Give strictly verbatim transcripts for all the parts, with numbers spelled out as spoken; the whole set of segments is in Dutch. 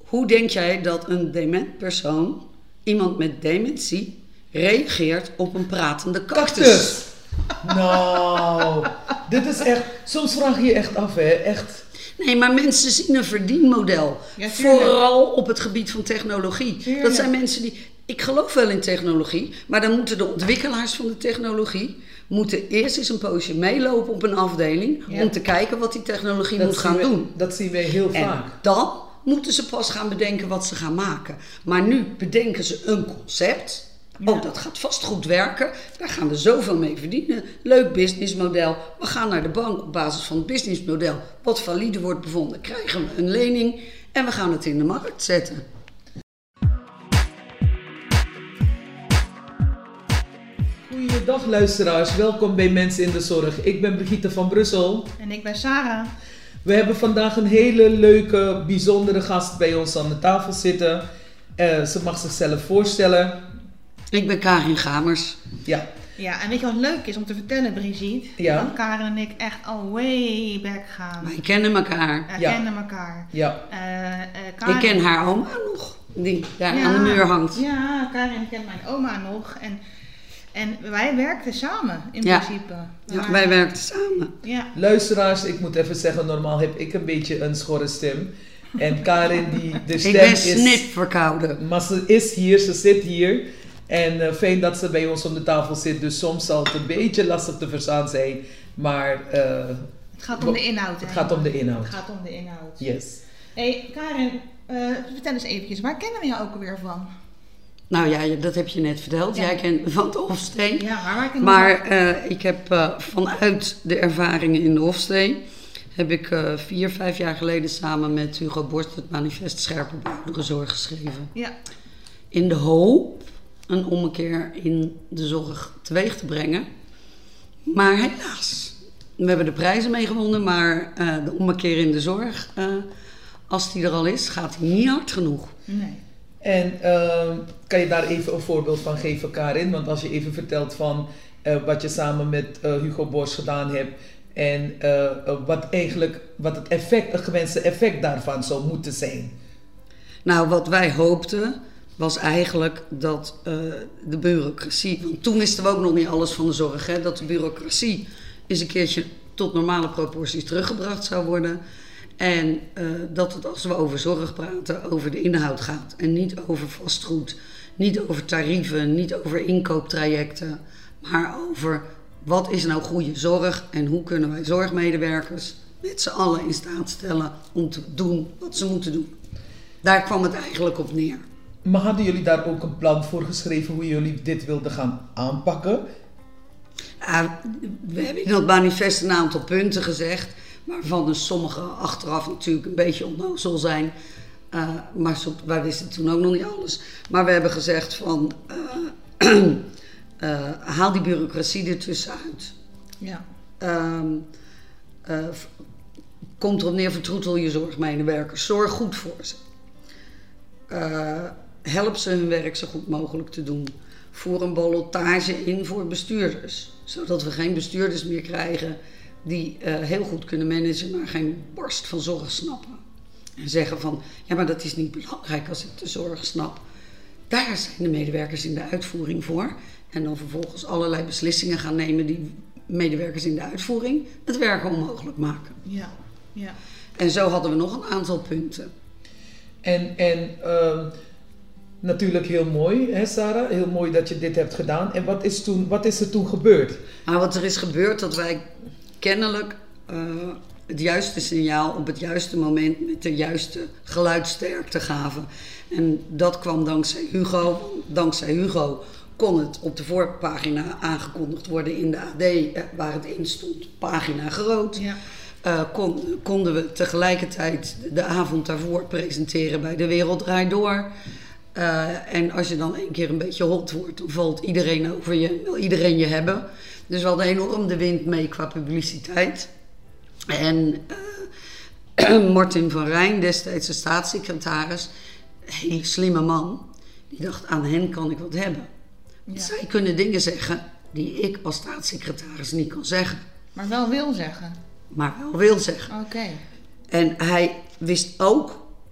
Hoe denk jij dat een dement persoon, iemand met dementie, reageert op een pratende cactus? Cactus! Nou, dit is echt... Soms vraag je je echt af, hè. Echt. Nee, maar mensen zien een verdienmodel. Ja, tuurlijk. Vooral op het gebied van technologie. Tuurlijk. Dat zijn mensen die... Ik geloof wel in technologie, maar dan moeten de ontwikkelaars van de technologie... moeten eerst eens een poosje meelopen op een afdeling... Ja. om te kijken wat die technologie Dat moet zien gaan we- doen. Dat zien we heel En vaak. dan moeten ze pas gaan bedenken wat ze gaan maken. Maar nu bedenken ze een concept. Ja. Oh, dat gaat vast goed werken. Daar gaan we zoveel mee verdienen. Leuk businessmodel. We gaan naar de bank op basis van het businessmodel. Wat valide wordt bevonden, krijgen we een lening. En we gaan het in de markt zetten. Goeiedag luisteraars, welkom bij Mensen in de Zorg. Ik ben Brigitte van Brussel. En ik ben Sarah. We hebben vandaag een hele leuke, bijzondere gast bij ons aan de tafel zitten. Eh, ze mag zichzelf voorstellen. Ik ben Karin Gamers. Ja, Ja, en weet je wat leuk is om te vertellen, Brigitte? Ja. Dat Karen en ik echt al way back gaan. Wij kennen elkaar. We Ja. kennen elkaar. ja. Eh, eh, Karen... Ik ken haar oma nog, die daar Ja. aan de muur hangt. Ja, Karin kent mijn oma nog. En, en wij werkten samen, in Ja. principe. We Ja, waren- wij werkten samen. Ja. Luisteraars, ik moet even zeggen, normaal heb ik een beetje een schorre stem. En Karin, die, de stem Ik ben is... snipverkouden. Maar ze is hier, ze zit hier. En uh, fijn dat ze bij ons om de tafel zit. Dus soms zal het een beetje lastig te verstaan zijn. Maar uh, Het gaat om de inhoud. het hè? gaat om de inhoud. Het gaat om de inhoud. Yes. Hey, Karin, eh, vertel eens eventjes, waar kennen we jou ook alweer van? Nou ja, dat heb je net verteld. Ja. Jij kent me van het Hofstee. Ja, maar waar kennen we Maar uh, ik heb uh, vanuit de ervaringen in de Hofstee... heb ik uh, vier, vijf jaar geleden samen met Hugo Borst... het manifest Scherp op ouderenzorg geschreven. Ja. In de hoop een ommekeer in de zorg teweeg te brengen. Maar helaas, we hebben de prijzen mee gewonnen... maar uh, de ommekeer in de zorg, uh, als die er al is, gaat die niet hard genoeg. Nee. En uh, kan je daar even een voorbeeld van geven, Karin? Want als je even vertelt van uh, wat je samen met uh, Hugo Borst gedaan hebt... en uh, uh, wat eigenlijk wat het effect, het gewenste effect daarvan zou moeten zijn. Nou, wat wij hoopten was eigenlijk dat uh, de bureaucratie... want toen wisten we ook nog niet alles van de zorg... Hè, dat de bureaucratie eens een keertje tot normale proporties teruggebracht zou worden... en uh, dat het als we over zorg praten over de inhoud gaat... en niet over vastgoed, niet over tarieven, niet over inkooptrajecten... maar over wat is nou goede zorg... en hoe kunnen wij zorgmedewerkers met z'n allen in staat stellen... om te doen wat ze moeten doen. Daar kwam het eigenlijk op neer. Maar hadden jullie daar ook een plan voor geschreven hoe jullie dit wilden gaan aanpakken? Uh, we hebben in dat manifest een aantal punten gezegd, waarvan er sommige achteraf natuurlijk een beetje onnozel zijn. Uh, maar zo, wij wisten toen ook nog niet alles. Maar we hebben gezegd van, uh, uh, haal die bureaucratie ertussen uit. Ja. Um, uh, komt erop neer, vertroetel je zorgmedewerkers. Zorg goed voor ze. Uh, help ze hun werk zo goed mogelijk te doen. Voer een ballotage in voor bestuurders. Zodat we geen bestuurders meer krijgen die uh, heel goed kunnen managen, maar geen barst van zorg snappen. En zeggen van, ja maar dat is niet belangrijk als ik de zorg snap. Daar zijn de medewerkers in de uitvoering voor. En dan vervolgens allerlei beslissingen gaan nemen die medewerkers in de uitvoering het werken onmogelijk maken. Ja. Ja. En zo hadden we nog een aantal punten. En, en uh, natuurlijk heel mooi, hè Sarah? Heel mooi dat je dit hebt gedaan. En wat is, toen, wat is er toen gebeurd? Maar wat er is gebeurd, dat wij kennelijk uh, het juiste signaal op het juiste moment met de juiste geluidsterkte gaven. En dat kwam dankzij Hugo. Dankzij Hugo kon het op de voorpagina aangekondigd worden in de A D, uh, waar het in stond, pagina groot. Ja. Uh, kon, konden we tegelijkertijd de avond daarvoor presenteren bij De Wereld Draait Door. Uh, en als je dan een keer een beetje hot wordt, dan valt iedereen over je, wil iedereen je hebben. Dus we hadden enorm de wind mee qua publiciteit. En uh, Martin van Rijn, destijds de staatssecretaris, een hele slimme man, die dacht, aan hen kan ik wat hebben. Want Ja. zij kunnen dingen zeggen die ik als staatssecretaris niet kan zeggen. Maar wel wil zeggen. Maar wel wil zeggen. Oké. En hij wist ook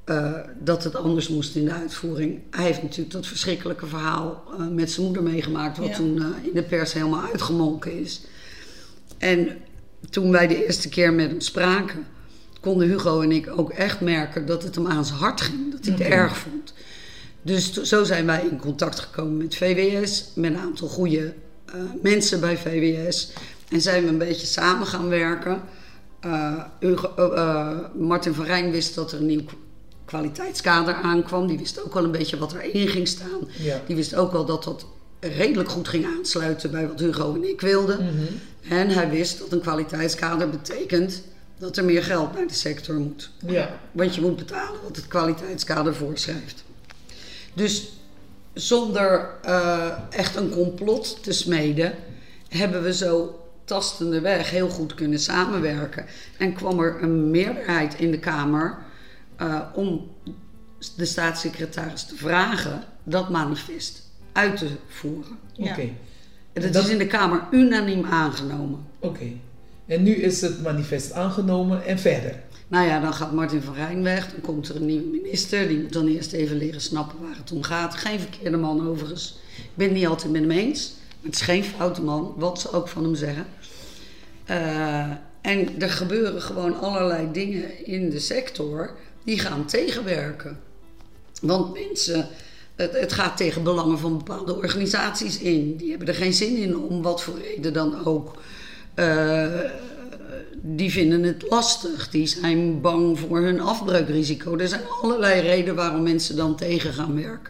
uh, dat het anders moest in de uitvoering. Hij heeft natuurlijk dat verschrikkelijke verhaal uh, met zijn moeder meegemaakt, wat ja. toen uh, in de pers helemaal uitgemolken is. En toen wij de eerste keer met hem spraken, konden Hugo en ik ook echt merken dat het hem aan zijn hart ging, dat hij het okay. erg vond. Dus to, zo zijn wij in contact gekomen met V W S, met een aantal goede uh, mensen bij V W S. En zijn we een beetje samen gaan werken. Uh, Hugo, uh, Martin van Rijn wist dat er een nieuw kwaliteitskader aankwam. Die wist ook wel een beetje wat erin ging staan. Ja. Die wist ook wel dat dat redelijk goed ging aansluiten bij wat Hugo en ik wilden. Mm-hmm. En hij wist dat een kwaliteitskader betekent dat er meer geld naar de sector moet. Ja. Want je moet betalen wat het kwaliteitskader voorschrijft. Dus zonder uh, echt een complot te smeden, hebben we zo tastende weg heel goed kunnen samenwerken. En kwam er een meerderheid in de Kamer uh, om de staatssecretaris te vragen dat manifest uit te voeren. Oké. Okay. En dat, dat is in de Kamer unaniem aangenomen. Oké. Okay. En nu is het manifest aangenomen en verder? Nou ja, dan gaat Martin van Rijn weg. Dan komt er een nieuwe minister. Die moet dan eerst even leren snappen waar het om gaat. Geen verkeerde man overigens. Ik ben het niet altijd met hem eens. Maar het is geen foute man, wat ze ook van hem zeggen. Uh, en er gebeuren gewoon allerlei dingen in de sector die gaan tegenwerken. Want mensen, het, het gaat tegen belangen van bepaalde organisaties in. Die hebben er geen zin in, om wat voor reden dan ook. Uh, die vinden het lastig. Die zijn bang voor hun afbreukrisico. Er zijn allerlei redenen waarom mensen dan tegen gaan werken.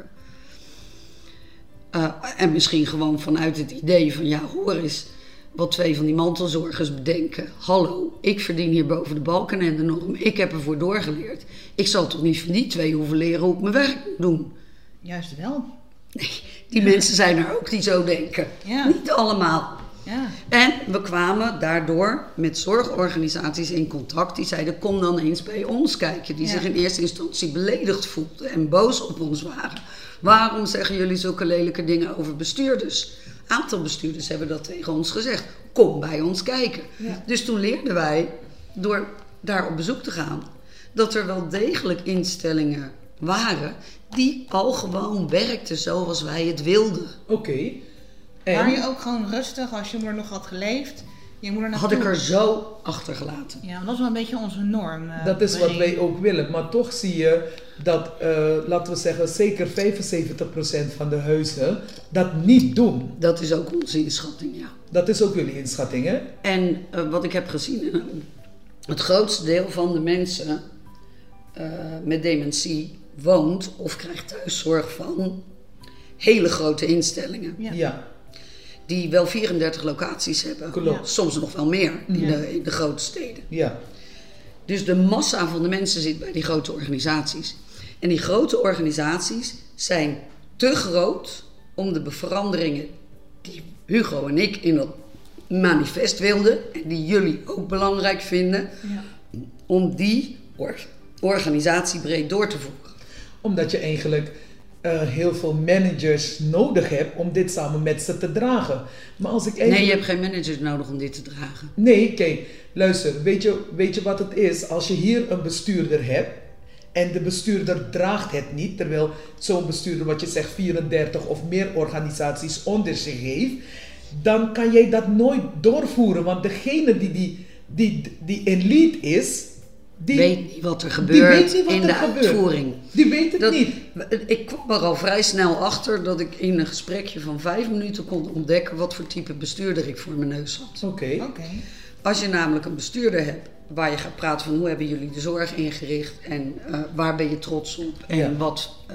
Uh, en misschien gewoon vanuit het idee van, ja, hoor eens wat twee van die mantelzorgers bedenken. Hallo, ik verdien hier boven de balken en de norm. Ik heb ervoor doorgeleerd. Ik zal toch niet van die twee hoeven leren hoe ik mijn werk moet doen. Juist wel. Nee, die ja. mensen zijn er ook die zo denken. Ja. Niet allemaal. Ja. En we kwamen daardoor met zorgorganisaties in contact. Die zeiden, kom dan eens bij ons kijken. Die ja. zich in eerste instantie beledigd voelden en boos op ons waren. Waarom zeggen jullie zulke lelijke dingen over bestuurders? Een aantal bestuurders hebben dat tegen ons gezegd. Kom bij ons kijken. Ja. Dus toen leerden wij, door daar op bezoek te gaan, dat er wel degelijk instellingen waren die al gewoon werkten zoals wij het wilden. Oké. Okay. En? Waar je ook gewoon rustig, als je moeder nog had geleefd, je moeder had ik er zo achtergelaten. Ja, dat is wel een beetje onze norm. Uh, dat is wat wij ook willen. Maar toch zie je dat, uh, laten we zeggen, zeker vijfenzeventig procent van de huizen dat niet doen. Dat is ook onze inschatting, ja. Dat is ook jullie inschatting, hè? En uh, wat ik heb gezien, uh, het grootste deel van de mensen uh, met dementie woont of krijgt thuiszorg van hele grote instellingen. Ja. ja. Die wel vierendertig locaties hebben. Klopt. Soms nog wel meer in, ja. de, in de grote steden. Ja. Dus de massa van de mensen zit bij die grote organisaties. En die grote organisaties zijn te groot om de veranderingen die Hugo en ik in dat manifest wilden, en die jullie ook belangrijk vinden, ja. om die or- organisatie breed door te voeren. Omdat je eigenlijk Uh, heel veel managers nodig hebt om dit samen met ze te dragen. Maar als ik eigenlijk... Nee, je hebt geen managers nodig om dit te dragen. Nee, kijk, luister, weet je, weet je wat het is? Als je hier een bestuurder hebt en de bestuurder draagt het niet, terwijl zo'n bestuurder, wat je zegt, vierendertig of meer organisaties onder zich heeft, dan kan jij dat nooit doorvoeren, want degene die, die, die, die in lead is, Die weet niet wat er gebeurt wat in er de gebeurt. uitvoering. Die weet het dat, niet. Ik kwam er al vrij snel achter dat ik in een gesprekje van vijf minuten kon ontdekken wat voor type bestuurder ik voor mijn neus had. Oké. Okay. Okay. Als je namelijk een bestuurder hebt waar je gaat praten van hoe hebben jullie de zorg ingericht en uh, waar ben je trots op en ja. wat. Uh,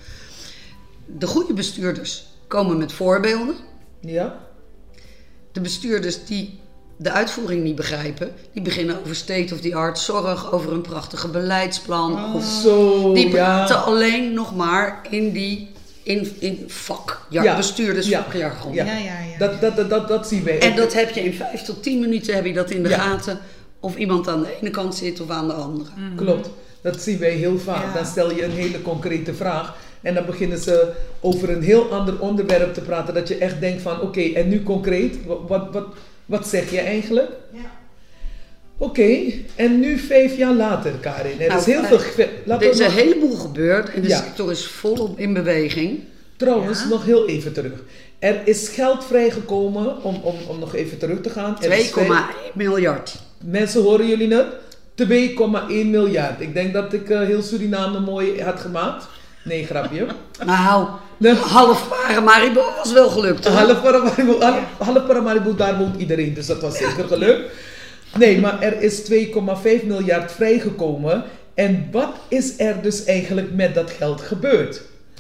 de goede bestuurders komen met voorbeelden. Ja. De bestuurders die de uitvoering niet begrijpen, die beginnen over state of the art zorg, over een prachtige beleidsplan. Oh, of zo, die praten ja. alleen nog maar in die in, in vak, ja, ja. bestuurdersvakjargon. Ja. Ja, ja, ja, dat, dat, dat, dat, dat zien wij. En dat heb je in vijf tot tien minuten heb je dat in de ja. gaten, of iemand aan de ene kant zit of aan de andere. Mm-hmm. Klopt, dat zien wij heel vaak. Ja. Dan stel je een hele concrete vraag en dan beginnen ze over een heel ander onderwerp te praten, dat je echt denkt van oké, okay, en nu concreet, wat, wat, wat, wat zeg je eigenlijk? Ja. Oké, okay. En nu vijf jaar later, Karin. Er nou, is heel uh, veel... Ge- er is een heleboel gebeurd en de ja. sector is volop in beweging. Trouwens, ja. nog heel even terug. Er is geld vrijgekomen, om, om, om nog even terug te gaan. twee komma één miljard. Mensen, horen jullie het? twee komma één miljard. Ik denk dat ik uh, heel Suriname mooi had gemaakt. Nee, grapje. Nou, de half Paramaribo was wel gelukt hoor. Half Paramaribo, half, half Paramaribo, daar woont iedereen, dus dat was zeker gelukt. Nee, maar er is twee komma vijf miljard vrijgekomen. En wat is er dus eigenlijk met dat geld gebeurd?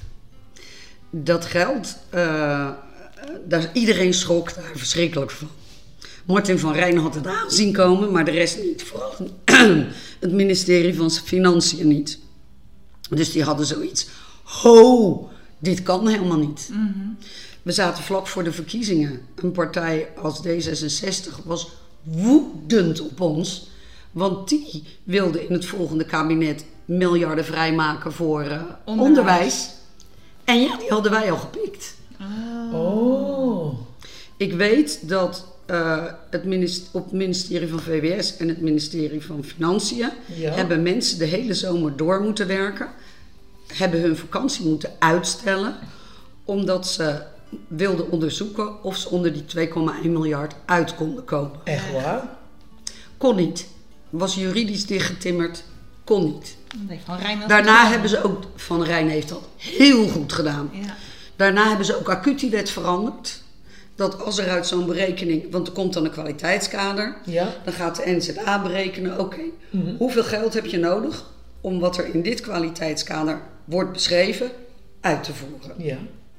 Dat geld, uh, daar, iedereen schrok daar verschrikkelijk van. Martin van Rijn had het aanzien komen, maar de rest niet. Vooral het ministerie van Financiën niet. Dus die hadden zoiets. Ho, dit kan helemaal niet. Mm-hmm. We zaten vlak voor de verkiezingen. Een partij als D zesenzestig was woedend op ons. Want die wilde in het volgende kabinet miljarden vrijmaken voor uh, onderwijs. onderwijs. En ja, die hadden wij al gepikt. Oh. oh. Ik weet dat uh, het ministerie, op het ministerie van V W S en het ministerie van Financiën... Ja. hebben mensen de hele zomer door moeten werken. Hebben hun vakantie moeten uitstellen. Omdat ze wilden onderzoeken of ze onder die twee komma één miljard uit konden komen. Echt waar? Kon niet. Was juridisch dichtgetimmerd. Kon niet. Nee, Van Rijn Daarna hebben ze ook... Van Rijn heeft dat heel goed gedaan. Ja. Daarna hebben ze ook acuut die wet veranderd. Dat als er uit zo'n berekening... Want er komt dan een kwaliteitskader. Ja. Dan gaat de N Z A berekenen. Oké, okay, mm-hmm. hoeveel geld heb je nodig... om wat er in dit kwaliteitskader wordt beschreven... uit te voeren. Ja.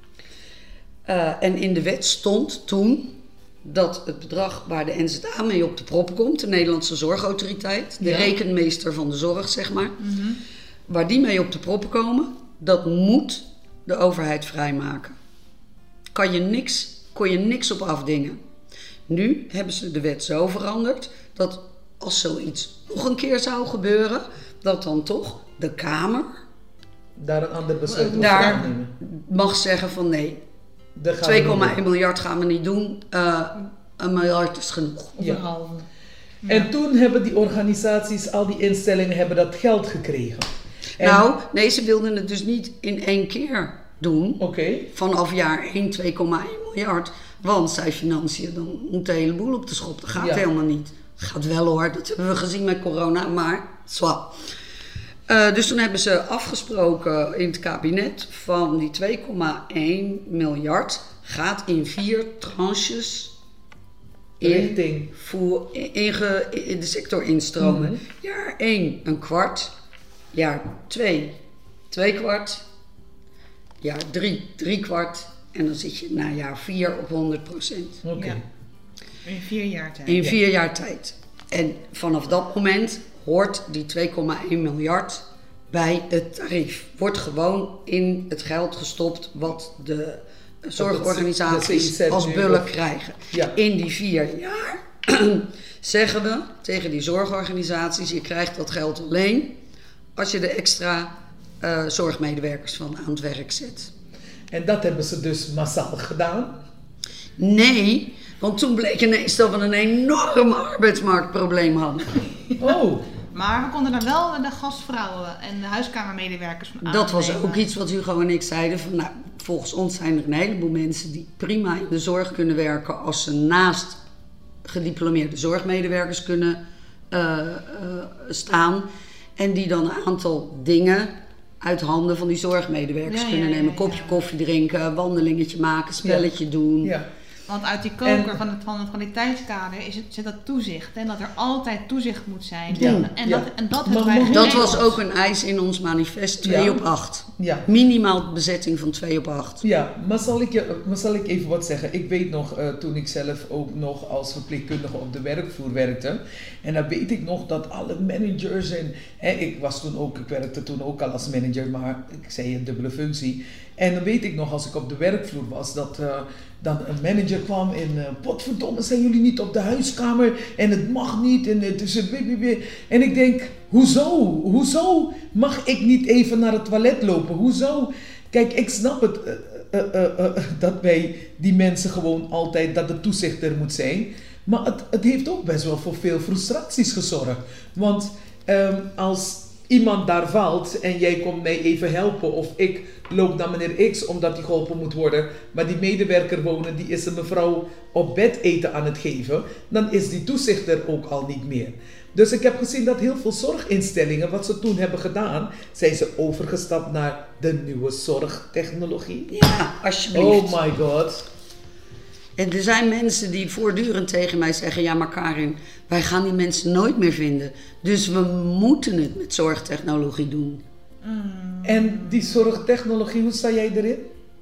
Uh, en in de wet stond toen... dat het bedrag waar de N Z A mee op de prop komt... de Nederlandse Zorgautoriteit... de ja. rekenmeester van de zorg, zeg maar... Mm-hmm. waar die mee op de proppen komen... dat moet de overheid vrijmaken. Kan je niks, kon je niks op afdingen. Nu hebben ze de wet zo veranderd... dat als zoiets nog een keer zou gebeuren... dat dan toch de Kamer... daar een ander besluit over daar nemen. mag zeggen van nee... twee komma één miljard gaan we niet doen. Uh, een miljard is genoeg. Of ja. een halve. Ja. En toen hebben die organisaties, al die instellingen, hebben dat geld gekregen. En nou, nee, ze wilden het dus niet in één keer doen. Okay. Vanaf jaar één, twee komma één miljard. Want, zei Financiën, dan moet de hele boel op de schop. Dat gaat ja. helemaal niet. Dat gaat wel hoor, dat hebben we gezien met corona, maar zwak. Uh, dus toen hebben ze afgesproken in het kabinet van die twee komma één miljard gaat in vier tranches in, voer, in, in, in de sector instromen. Mm-hmm. Jaar één een kwart, jaar twee twee kwart, jaar drie drie kwart en dan zit je na jaar vier op honderd procent. Oké. Okay. Ja. In vier jaar tijd. In vier jaar tijd. En vanaf dat moment hoort die twee komma één miljard bij het tarief. Wordt gewoon in het geld gestopt wat de zorgorganisaties als bulk krijgen. Ja. In die vier jaar zeggen we tegen die zorgorganisaties... je krijgt dat geld alleen als je de extra uh, zorgmedewerkers van aan het werk zet. En dat hebben ze dus massaal gedaan? Nee, want toen bleek ineens dat we een enorm arbeidsmarktprobleem hadden. Oh. Maar we konden dan wel de gastvrouwen en de huiskamermedewerkers van aannemen. Dat was ook iets wat Hugo en ik zeiden. Van, nou, volgens ons zijn er een heleboel mensen die prima in de zorg kunnen werken... als ze naast gediplomeerde zorgmedewerkers kunnen uh, uh, staan. En die dan een aantal dingen uit handen van die zorgmedewerkers ja, kunnen ja, ja, nemen. Kopje ja. koffie drinken, wandelingetje maken, spelletje ja. doen... Ja. Want uit die koker en, van, het, van het kwaliteitskader is het, zit dat toezicht. En dat er altijd toezicht moet zijn. Ja, en, ja. dat, en dat hebben wij Dat was ook een eis in ons manifest. twee ja. op acht. Ja. Minimaal bezetting van twee op acht. Ja, maar zal ik, je, maar zal ik even wat zeggen. Ik weet nog, uh, toen ik zelf ook nog als verpleegkundige op de werkvloer werkte. En dan weet ik nog dat alle managers en... Hè, ik, was toen ook, ik werkte toen ook al als manager, maar ik zei een dubbele functie. En dan weet ik nog, als ik op de werkvloer was, dat uh, dan een manager kwam en uh, potverdomme, zijn jullie niet op de huiskamer en het mag niet en het is een... En ik denk, hoezo? Hoezo mag ik niet even naar het toilet lopen? Hoezo? Kijk, ik snap het, uh, uh, uh, uh, dat bij die mensen gewoon altijd, dat de toezicht er moet zijn. Maar het, het heeft ook best wel voor veel frustraties gezorgd. Want um, als iemand daar valt en jij komt mij even helpen of ik loop naar meneer X omdat die geholpen moet worden, maar die medewerker wonen, die is een mevrouw op bed eten aan het geven, dan is die toezichter ook al niet meer. Dus ik heb gezien dat heel veel zorginstellingen, wat ze toen hebben gedaan, zijn ze overgestapt naar de nieuwe zorgtechnologie. Ja, alsjeblieft. Oh my god. En er zijn mensen die voortdurend tegen mij zeggen, ja maar Karin, wij gaan die mensen nooit meer vinden. Dus we moeten het met zorgtechnologie doen. Mm. En die zorgtechnologie, hoe sta jij erin?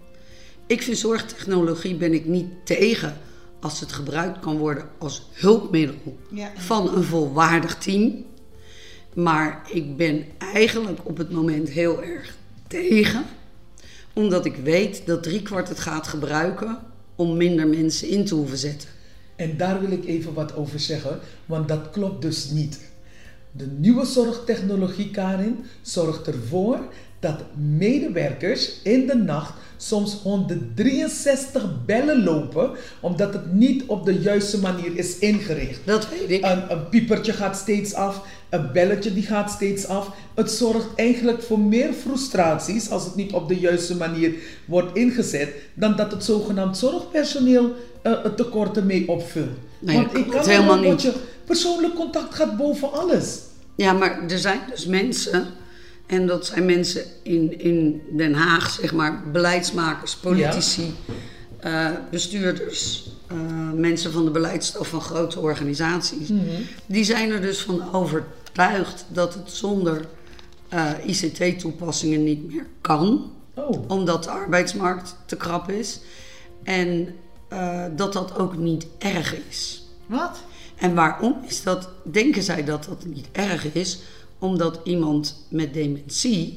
Ik vind zorgtechnologie ben ik niet tegen als het gebruikt kan worden als hulpmiddel Ja. van een volwaardig team. Maar ik ben eigenlijk op het moment heel erg tegen, omdat ik weet dat driekwart het gaat gebruiken om minder mensen in te hoeven zetten. En daar wil ik even wat over zeggen, want dat klopt dus niet. De nieuwe zorgtechnologie, Karin, zorgt ervoor dat medewerkers in de nacht soms honderddrieënzestig bellen lopen, omdat het niet op de juiste manier is ingericht. Dat weet ik. Een, een piepertje gaat steeds af, een belletje die gaat steeds af. Het zorgt eigenlijk voor meer frustraties als het niet op de juiste manier wordt ingezet, dan dat het zogenaamd zorgpersoneel uh, het tekort ermee opvult. Nee, Want dat ik klopt kan helemaal wel dat niet. je persoonlijk contact gaat boven alles. Ja, maar er zijn dus mensen, en dat zijn mensen in, in Den Haag, zeg maar, beleidsmakers, politici, ja. uh, bestuurders, uh, mensen van de beleidsstaf van grote organisaties. Mm-hmm. Die zijn er dus van overtuigd dat het zonder uh, I C T-toepassingen niet meer kan. Oh. Omdat de arbeidsmarkt te krap is. En uh, dat dat ook niet erg is. Wat? En waarom is dat, denken zij dat dat niet erg is? Omdat iemand met dementie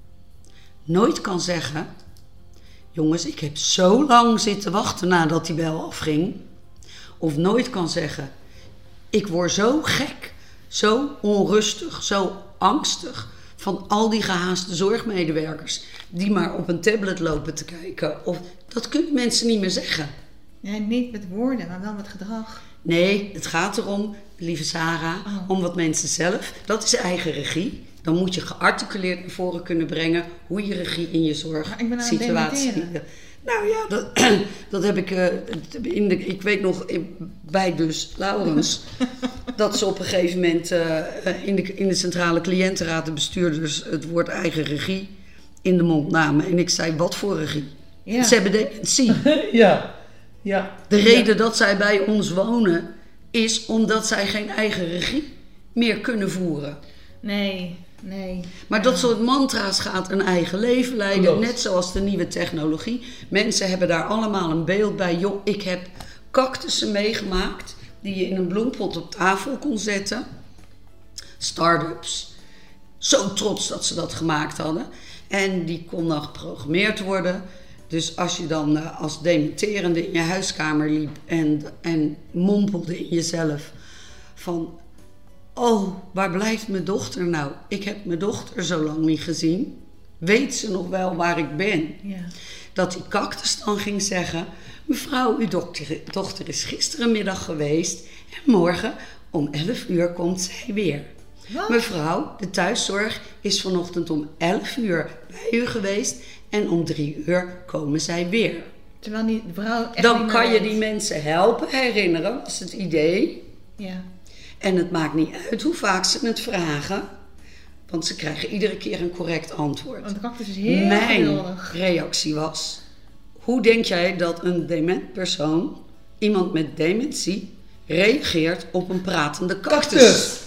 nooit kan zeggen, jongens, ik heb zo lang zitten wachten nadat die bel afging. Of nooit kan zeggen, ik word zo gek, zo onrustig, zo angstig van al die gehaaste zorgmedewerkers die maar op een tablet lopen te kijken. Of, dat kunnen mensen niet meer zeggen. Ja, niet met woorden, maar wel met gedrag. Nee, het gaat erom, lieve Sarah, oh. om wat mensen zelf, dat is eigen regie. Dan moet je gearticuleerd naar voren kunnen brengen hoe je regie in je zorgsituatie. Nou ja, dat, dat heb ik, uh, in de, ik weet nog bij dus Laurens, dat ze op een gegeven moment uh, in, de, in de centrale cliëntenraad de bestuurders het woord eigen regie in de mond namen. En ik zei, wat voor regie? Ja. Ze hebben dementie. Ja. Ja. De reden ja. dat zij bij ons wonen is omdat zij geen eigen regie meer kunnen voeren. Nee, nee. Maar dat soort mantra's gaat een eigen leven leiden, Klopt. Net zoals de nieuwe technologie. Mensen hebben daar allemaal een beeld bij. Joh, ik heb cactussen meegemaakt die je in een bloempot op tafel kon zetten. Start-ups. Zo trots dat ze dat gemaakt hadden. En die kon dan geprogrammeerd worden. Dus als je dan uh, als dementerende in je huiskamer liep en, en mompelde in jezelf van, oh, waar blijft mijn dochter nou? Ik heb mijn dochter zo lang niet gezien. Weet ze nog wel waar ik ben? Ja. Dat die cactus dan ging zeggen, mevrouw, uw dochter, dochter is gisterenmiddag geweest en morgen om elf uur komt zij weer. Wat? Mevrouw, de thuiszorg is vanochtend om elf uur bij u geweest en om drie uur komen zij weer. Terwijl die vrouw echt Dan niet kan meer je weet. die mensen helpen, herinneren, dat is het idee. Ja. En het maakt niet uit hoe vaak ze het vragen, want ze krijgen iedere keer een correct antwoord. Want de cactus is heel Mijn geduldig. reactie was, hoe denk jij dat een dement persoon, iemand met dementie, reageert op een pratende cactus? Cactus!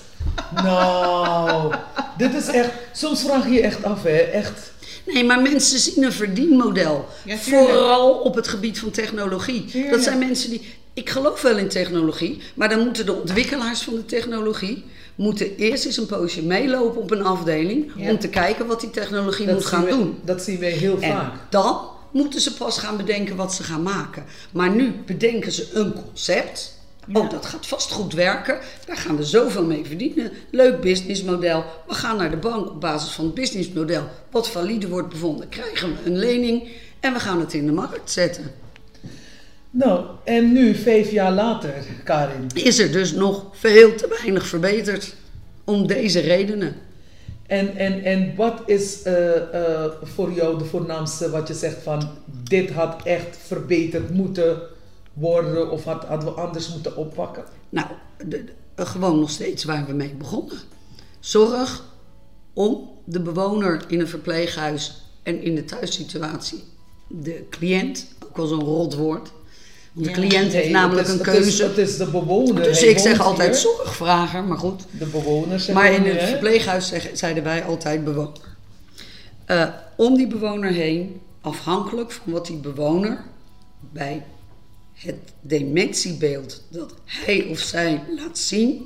Nou, dit is echt, soms vraag je je echt af, hè, echt. Nee, maar mensen zien een verdienmodel. Ja, tuurlijk. Vooral op het gebied van technologie. Tuurlijk. Dat zijn mensen die... Ik geloof wel in technologie, maar dan moeten de ontwikkelaars van de technologie moeten eerst eens een poosje meelopen op een afdeling Ja. om te kijken wat die technologie Dat moet zien gaan we- doen. Dat zien wij heel En vaak. dan moeten ze pas gaan bedenken wat ze gaan maken. Maar nu bedenken ze een concept. Ja. Oh, dat gaat vast goed werken. Daar gaan we zoveel mee verdienen. Leuk businessmodel. We gaan naar de bank op basis van het businessmodel. Wat valide wordt bevonden, krijgen we een lening. En we gaan het in de markt zetten. Nou, en nu, vijf jaar later, Karin. Is er dus nog veel te weinig verbeterd om deze redenen. En, en, en wat is uh, uh, voor jou de voornaamste wat je zegt van dit had echt verbeterd moeten worden of had, hadden we anders moeten oppakken? Nou, de, de, gewoon nog steeds waar we mee begonnen. Zorg om de bewoner in een verpleeghuis en in de thuissituatie, de cliënt, ook wel zo'n rot woord. Want de cliënt heeft nee, namelijk is, een het keuze. Is, het is de bewoner. Dus Hij ik zeg woont altijd hier. zorgvrager, maar goed. De bewoner zeg Maar in nu, het hè? verpleeghuis zeg, zeiden wij altijd bewoner. Uh, om die bewoner heen, afhankelijk van wat die bewoner bij het dementiebeeld dat hij of zij laat zien,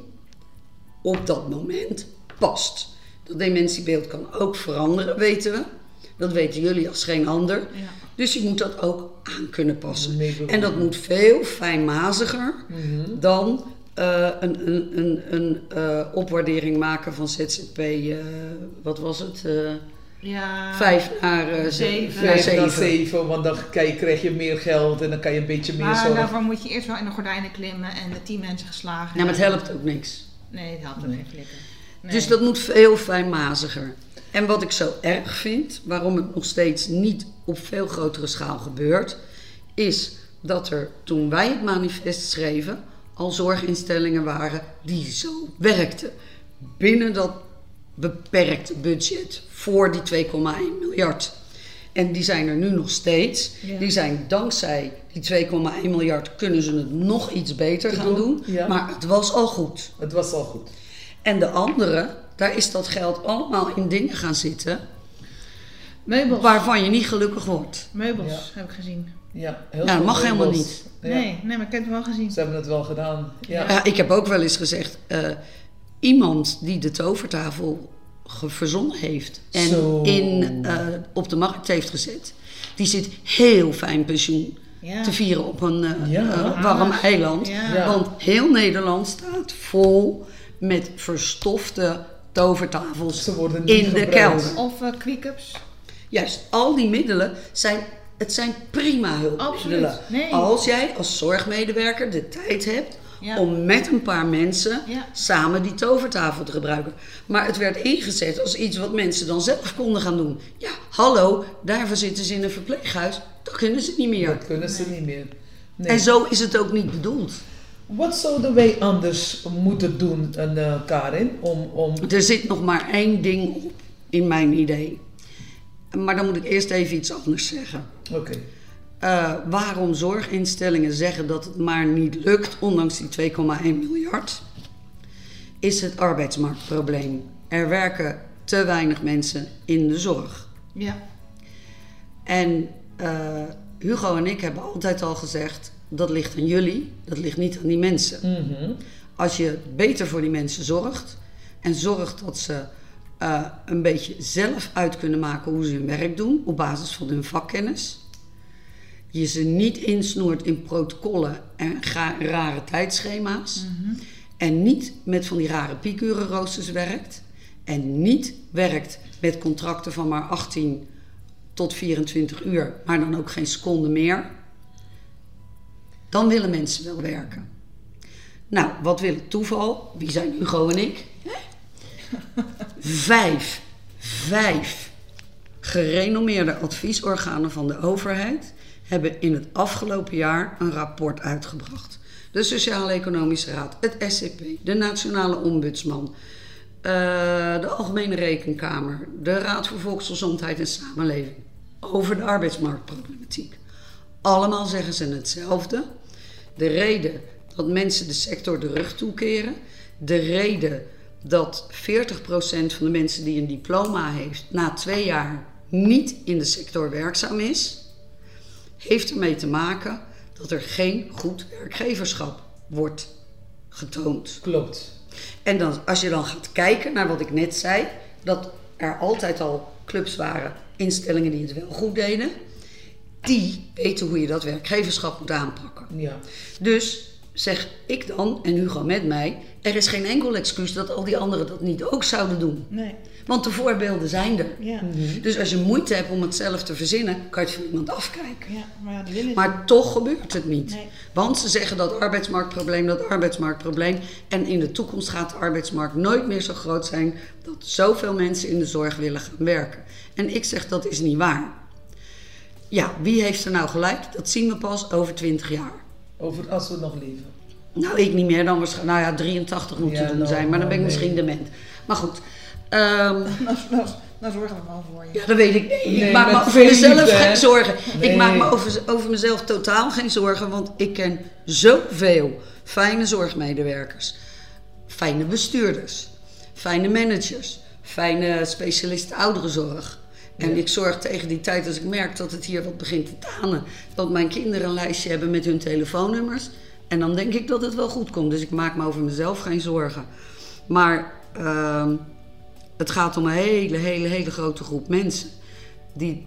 op dat moment past. Dat dementiebeeld kan ook veranderen, weten we. Dat weten jullie als geen ander. Ja. Dus je moet dat ook aan kunnen passen. Nee, en dat moet veel fijnmaziger Mhm. dan uh, een, een, een, een uh, opwaardering maken van Z Z P, uh, wat was het? Uh, Ja. vijf naar uh, Zeven. naar Vijf naar zeven. zeven, want dan krijg krijg je meer geld en dan kan je een beetje meer Maar zorgen. daarvoor moet je eerst wel in de gordijnen klimmen en de tien mensen geslagen Ja, maar het hebben. helpt ook niks. Nee, het helpt ook Nee. geen flikker. Nee. Dus dat moet veel fijnmaziger. En wat ik zo erg vind, waarom het nog steeds niet op veel grotere schaal gebeurt, is dat er toen wij het manifest schreven, al zorginstellingen waren die zo werkten. Binnen dat beperkte budget voor die twee komma één miljard. En die zijn er nu nog steeds. Ja. Die zijn dankzij die twee komma één miljard kunnen ze het nog iets beter Te gaan doen, doen. ja. Maar het was al goed. Het was al goed. En de andere, daar is dat geld allemaal in dingen gaan zitten Meubels. waarvan je niet gelukkig wordt. Meubels Ja. heb ik gezien. Ja, heel Ja, dat veel mag helemaal meubels. niet. Ja. Nee, nee, maar ik heb het wel gezien. Ze hebben het wel gedaan. Ja. Ja, ik heb ook wel eens gezegd, uh, iemand die de tovertafel ge- verzonnen heeft en Zo. in, uh, op de markt heeft gezet, die zit heel fijn pensioen Ja. te vieren op een uh, Ja. uh, warm eiland. Ja. Ja. Want heel Nederland staat vol met verstofte tovertafels Ze worden niet in de gebruikt. kelder. Of uh, quick-ups. Juist, al die middelen zijn, het zijn prima hulpmiddelen. Absoluut, nee. Als jij als zorgmedewerker de tijd hebt Ja. om met een paar mensen Ja. samen die tovertafel te gebruiken. Maar het werd ingezet als iets wat mensen dan zelf konden gaan doen. Ja, hallo, daarvoor zitten ze in een verpleeghuis. Dat kunnen ze niet meer. Dat kunnen ze niet meer. Nee. En zo is het ook niet bedoeld. Wat zouden wij anders moeten doen, uh, Karin, om... om... Er zit nog maar één ding op in mijn idee. Maar dan moet ik eerst even iets anders zeggen. Oké. Okay. Uh, waarom zorginstellingen zeggen dat het maar niet lukt, ondanks die twee komma één miljard, is het arbeidsmarktprobleem. Er werken te weinig mensen in de zorg. Ja. En uh, Hugo en ik hebben altijd al gezegd, dat ligt aan jullie, dat ligt niet aan die mensen. Mm-hmm. Als je beter voor die mensen zorgt en zorgt dat ze uh, een beetje zelf uit kunnen maken hoe ze hun werk doen, op basis van hun vakkennis, je ze niet insnoert in protocollen en ga- rare tijdschema's. Mm-hmm. En niet met van die rare piekurenroosters werkt. En niet werkt met contracten van maar achttien tot vierentwintig uur, maar dan ook geen seconde meer. Dan willen mensen wel werken. Nou, wat wil het toeval? Wie zijn Hugo en ik? Vijf, vijf gerenommeerde adviesorganen van de overheid hebben in het afgelopen jaar een rapport uitgebracht. De Sociaal-Economische Raad, het S C P, de Nationale Ombudsman, uh, de Algemene Rekenkamer, de Raad voor Volksgezondheid en Samenleving over de arbeidsmarktproblematiek. Allemaal zeggen ze hetzelfde. De reden dat mensen de sector de rug toekeren, de reden dat veertig procent van de mensen die een diploma heeft na twee jaar niet in de sector werkzaam is, heeft ermee te maken dat er geen goed werkgeverschap wordt getoond. Klopt. En dan, als je dan gaat kijken naar wat ik net zei, dat er altijd al clubs waren, instellingen die het wel goed deden, die weten hoe je dat werkgeverschap moet aanpakken. Ja. Dus zeg ik dan, en Hugo met mij, er is geen enkel excuus dat al die anderen dat niet ook zouden doen. Nee. Want de voorbeelden zijn er. Ja. Mhm. Dus als je moeite hebt om het zelf te verzinnen, kan je het van iemand afkijken. Ja, maar ja, die willen het Maar toch gebeurt het niet. Nee. Want ze zeggen dat arbeidsmarktprobleem, dat arbeidsmarktprobleem. En in de toekomst gaat de arbeidsmarkt nooit meer zo groot zijn dat zoveel mensen in de zorg willen gaan werken. En ik zeg dat is niet waar. Ja, wie heeft er nou gelijk? Dat zien we pas over twintig jaar. Over als we nog leven. Nou, ik niet meer dan waarschijnlijk. Nou ja, drieëntachtig moet Ja, je doen nou, zijn, maar dan ben ik nee. misschien dement. Maar goed. ehm, Nou, nou, nou zorgen we wel voor je. Ja, dat weet ik niet. Nee, ik maak me met over veel mezelf liefde, hè? geen zorgen. Nee. Ik maak me over, over mezelf totaal geen zorgen, want ik ken zoveel fijne zorgmedewerkers, fijne bestuurders, fijne managers, fijne specialisten ouderenzorg. En Ja. ik zorg tegen die tijd, als ik merk dat het hier wat begint te tanen, dat mijn kinderen een lijstje hebben met hun telefoonnummers. En dan denk ik dat het wel goed komt. Dus ik maak me over mezelf geen zorgen. Maar uh, het gaat om een hele, hele, hele grote groep mensen die,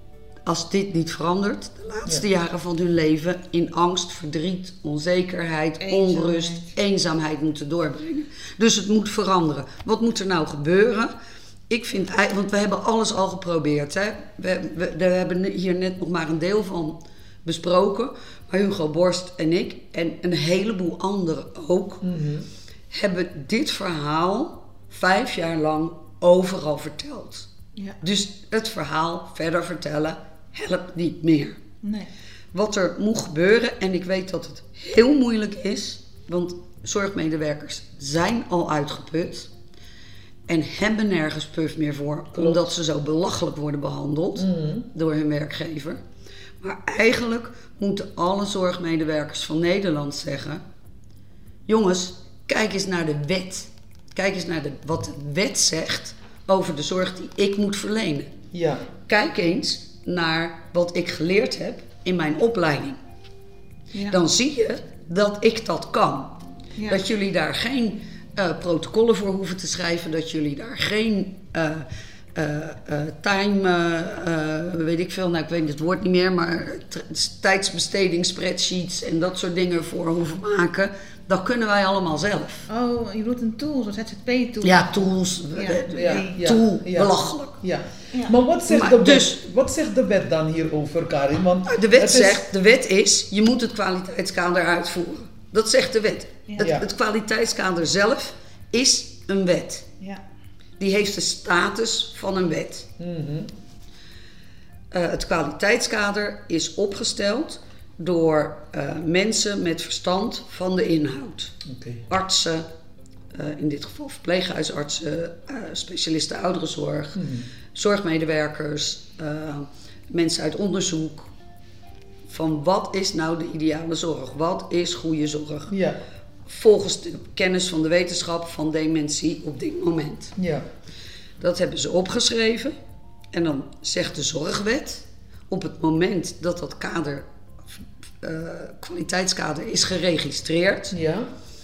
als dit niet verandert, de laatste Ja. jaren van hun leven in angst, verdriet, onzekerheid, Eenzaamheid. onrust, eenzaamheid moeten doorbrengen. Dus het moet veranderen. Wat moet er nou gebeuren? Ik vind, ei- want we hebben alles al geprobeerd. Hè? We, we, we hebben hier net nog maar een deel van besproken. Maar Hugo Borst en ik, en een heleboel anderen ook, Mhm. hebben dit verhaal vijf jaar lang overal verteld. Ja. Dus het verhaal verder vertellen helpt niet meer. Nee. Wat er moet gebeuren, en ik weet dat het heel moeilijk is, want zorgmedewerkers zijn al uitgeput en hebben nergens puf meer voor, Klopt. omdat ze zo belachelijk worden behandeld Mhm. door hun werkgever. Maar eigenlijk moeten alle zorgmedewerkers van Nederland zeggen: jongens, kijk eens naar de wet. Kijk eens naar de, wat de wet zegt over de zorg die ik moet verlenen. Ja. Kijk eens naar wat ik geleerd heb in mijn opleiding. Ja. Dan zie je dat ik dat kan. Ja. Dat jullie daar geen uh, protocollen voor hoeven te schrijven. Dat jullie daar geen uh, uh, uh, time, uh, uh, weet ik veel, nou ik weet het woord niet meer, maar t- tijdsbesteding, spreadsheets en dat soort dingen voor hoeven maken. Dat kunnen wij allemaal zelf. Oh, je bedoelt een tool, zo'n Z Z P-tool. Ja, tools, Ja. uh, Ja. Nee. Ja. tool, Ja. belachelijk. Ja. Ja. Maar wat zegt, Maar de wet, dus- wat zegt de wet dan hierover, Karin? Want Nou, de wet het is- zegt, de wet is, je moet het kwaliteitskader uitvoeren. Dat zegt de wet. Ja. Het, Ja. het kwaliteitskader zelf is een wet. Ja. Die heeft de status van een wet. Mhm. Uh, het kwaliteitskader is opgesteld door uh, mensen met verstand van de inhoud. Oké. Artsen, uh, in dit geval verpleeghuisartsen, uh, specialisten ouderenzorg, Mhm. zorgmedewerkers, uh, mensen uit onderzoek. Van wat is nou de ideale zorg? Wat is goede zorg? Ja. Volgens de kennis van de wetenschap van dementie op dit moment. Ja. Dat hebben ze opgeschreven. En dan zegt de zorgwet, op het moment dat dat kader, uh, kwaliteitskader is geregistreerd, Ja.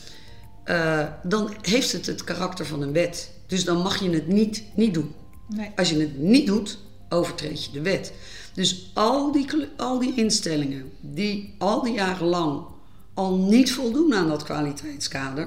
uh, dan heeft het het karakter van een wet. Dus dan mag je het niet, niet doen. Nee. Als je het niet doet, overtreed je de wet. Dus al die, kle- al die instellingen die al die jaren lang al niet voldoen aan dat kwaliteitskader,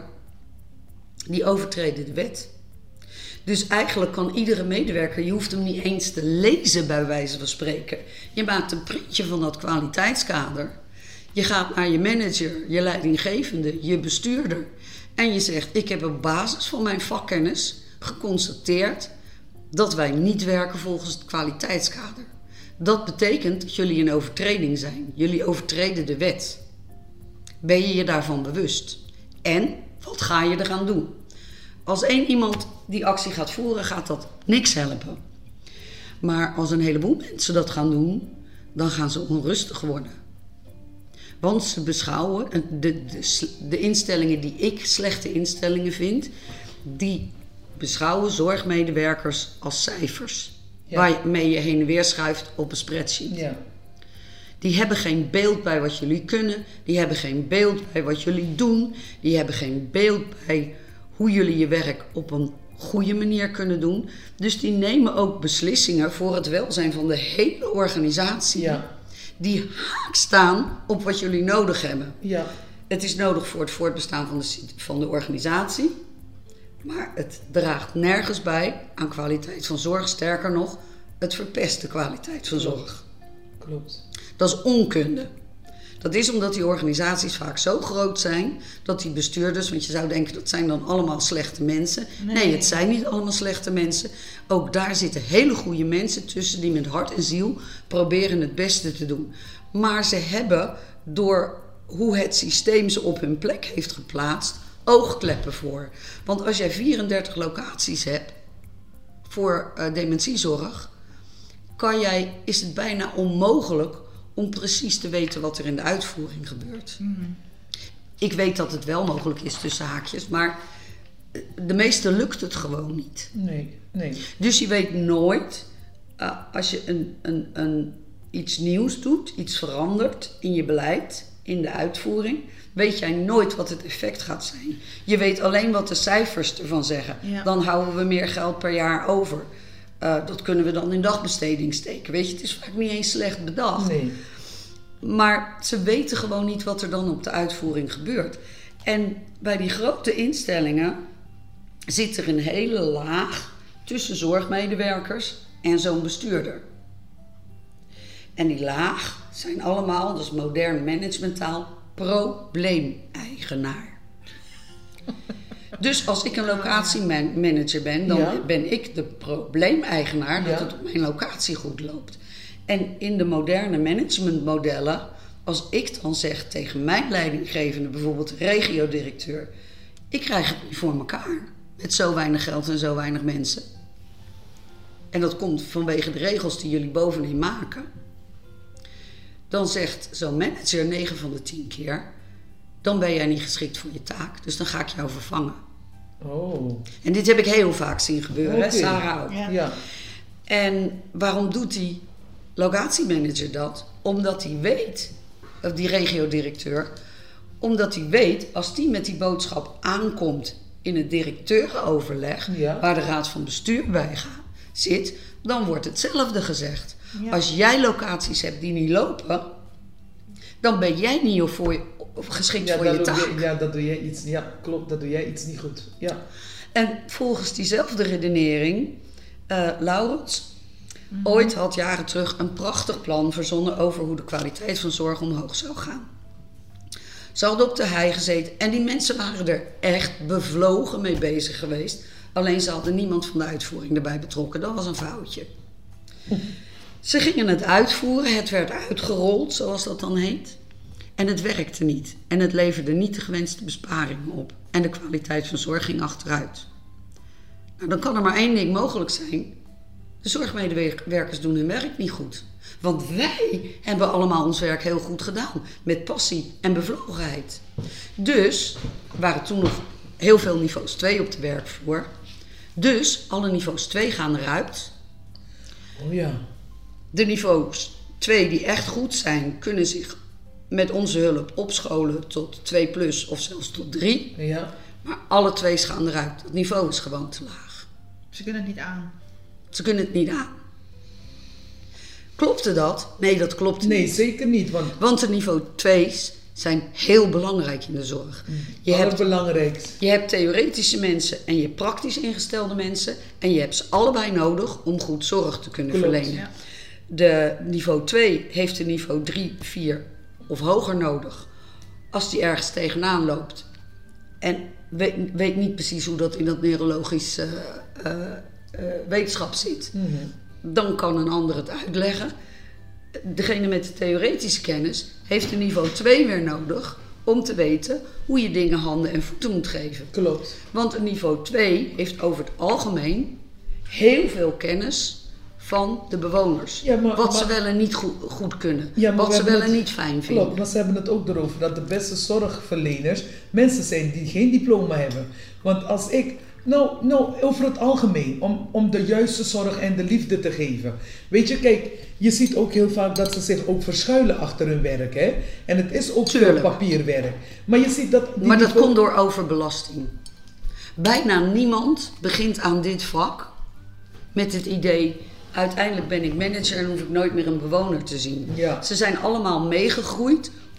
die overtreden de wet. Dus eigenlijk kan iedere medewerker, je hoeft hem niet eens te lezen bij wijze van spreken. Je maakt een printje van dat kwaliteitskader. Je gaat naar je manager, je leidinggevende, je bestuurder. En je zegt, ik heb op basis van mijn vakkennis geconstateerd dat wij niet werken volgens het kwaliteitskader. Dat betekent dat jullie een overtreding zijn. Jullie overtreden de wet. Ben je je daarvan bewust? En wat ga je eraan doen? Als één iemand die actie gaat voeren, gaat dat niks helpen. Maar als een heleboel mensen dat gaan doen, dan gaan ze onrustig worden. Want ze beschouwen, de, de, de instellingen die ik slechte instellingen vind, die beschouwen zorgmedewerkers als cijfers. Ja. Waarmee je heen en weer schuift op een spreadsheet. Ja. Die hebben geen beeld bij wat jullie kunnen. Die hebben geen beeld bij wat jullie doen. Die hebben geen beeld bij hoe jullie je werk op een goede manier kunnen doen. Dus die nemen ook beslissingen voor het welzijn van de hele organisatie. Ja. Die haak staan op wat jullie nodig hebben. Ja. Het is nodig voor het voortbestaan van de, van de organisatie. Maar het draagt nergens bij aan kwaliteit van zorg. Sterker nog, het verpest de kwaliteit van zorg. Klopt. Dat is onkunde. Dat is omdat die organisaties vaak zo groot zijn dat die bestuurders, want je zou denken dat zijn dan allemaal slechte mensen. Nee, nee het zijn niet allemaal slechte mensen. Ook daar zitten hele goede mensen tussen die met hart en ziel proberen het beste te doen. Maar ze hebben door hoe het systeem ze op hun plek heeft geplaatst oogkleppen voor. Want als jij vierendertig locaties hebt voor uh, dementiezorg, kan jij, is het bijna onmogelijk om precies te weten wat er in de uitvoering gebeurt. Mm. Ik weet dat het wel mogelijk is tussen haakjes, maar de meeste lukt het gewoon niet. Nee, nee. Dus je weet nooit, uh, als je een, een, een, iets nieuws doet, iets verandert in je beleid, in de uitvoering, weet jij nooit wat het effect gaat zijn. Je weet alleen wat de cijfers ervan zeggen. Ja. Dan houden we meer geld per jaar over. Uh, dat kunnen we dan in dagbesteding steken. Weet je, het is vaak niet eens slecht bedacht. Nee. Maar ze weten gewoon niet wat er dan op de uitvoering gebeurt. En bij die grote instellingen zit er een hele laag tussen zorgmedewerkers en zo'n bestuurder. En die laag zijn allemaal, dat is modern managementtaal, probleemeigenaar. Dus als ik een locatiemanager ben, dan ja. ben ik de probleemeigenaar dat ja. het op mijn locatie goed loopt. En in de moderne managementmodellen, als ik dan zeg tegen mijn leidinggevende, bijvoorbeeld de regiodirecteur, ik krijg het niet voor elkaar met zo weinig geld en zo weinig mensen. En dat komt vanwege de regels die jullie bovenin maken. Dan zegt zo'n manager negen van de tien keer, dan ben jij niet geschikt voor je taak, dus dan ga ik jou vervangen. Oh. En dit heb ik heel vaak zien gebeuren, okay. hè, Sarah ook. Ja. Ja. En waarom doet die locatiemanager dat? Omdat hij weet, of die regiodirecteur, omdat hij weet, als die met die boodschap aankomt in het directeurenoverleg, ja. waar de raad van bestuur bij gaat, zit, dan wordt hetzelfde gezegd. Ja. Als jij locaties hebt die niet lopen, dan ben jij niet voor je, geschikt ja, voor je taak. Je, ja, dat doe jij iets, ja, klopt, dat doe jij iets niet goed. Ja. En volgens diezelfde redenering, uh, Laurens, mm-hmm. ooit had jaren terug een prachtig plan verzonnen over hoe de kwaliteit van zorg omhoog zou gaan. Ze hadden op de hei gezeten en die mensen waren er echt bevlogen mee bezig geweest. Alleen ze hadden niemand van de uitvoering erbij betrokken. Dat was een foutje. Ze gingen het uitvoeren, het werd uitgerold, zoals dat dan heet. En het werkte niet. En het leverde niet de gewenste besparingen op. En de kwaliteit van zorg ging achteruit. Nou, dan kan er maar één ding mogelijk zijn. De zorgmedewerkers doen hun werk niet goed. Want wij hebben allemaal ons werk heel goed gedaan. Met passie en bevlogenheid. Dus waren toen nog heel veel niveaus twee op de werkvloer. Dus alle niveaus twee gaan eruit. Oh ja. De niveaus twee die echt goed zijn, kunnen zich met onze hulp opscholen tot twee plus of zelfs tot drie. Ja. Maar alle twee gaan eruit. Het niveau is gewoon te laag. Ze kunnen het niet aan. Ze kunnen het niet aan. Klopte dat? Nee, dat klopt nee, niet. Nee, zeker niet. Want, want de niveau twee's zijn heel belangrijk in de zorg. Je hebt, belangrijkst. Je hebt theoretische mensen en je hebt praktisch ingestelde mensen. En je hebt ze allebei nodig om goed zorg te kunnen Klopt, verlenen. Ja. De niveau twee heeft de niveau drie, vier of hoger nodig. Als die ergens tegenaan loopt. En weet, weet niet precies hoe dat in dat neurologisch uh, uh, uh, wetenschap zit. Mm-hmm. Dan kan een ander het uitleggen. Degene met de theoretische kennis heeft een niveau twee weer nodig om te weten hoe je dingen handen en voeten moet geven. Klopt. Want een niveau twee heeft over het algemeen heel veel kennis van de bewoners. Ja, maar, wat maar, ze wel en niet goed, goed kunnen. Ja, wat ze wel en niet fijn vinden. Klopt, maar ze hebben het ook erover dat de beste zorgverleners mensen zijn die geen diploma hebben. Want als ik... Nou, nou, over het algemeen, om, om de juiste zorg en de liefde te geven. Weet je, kijk, je ziet ook heel vaak dat ze zich ook verschuilen achter hun werk, hè. En het is ook veel papierwerk. Maar je ziet dat... Maar dat komt door overbelasting. Bijna niemand begint aan dit vak met het idee... uiteindelijk ben ik manager en hoef ik nooit meer een bewoner te zien. Ja. Ze zijn allemaal meegegroeid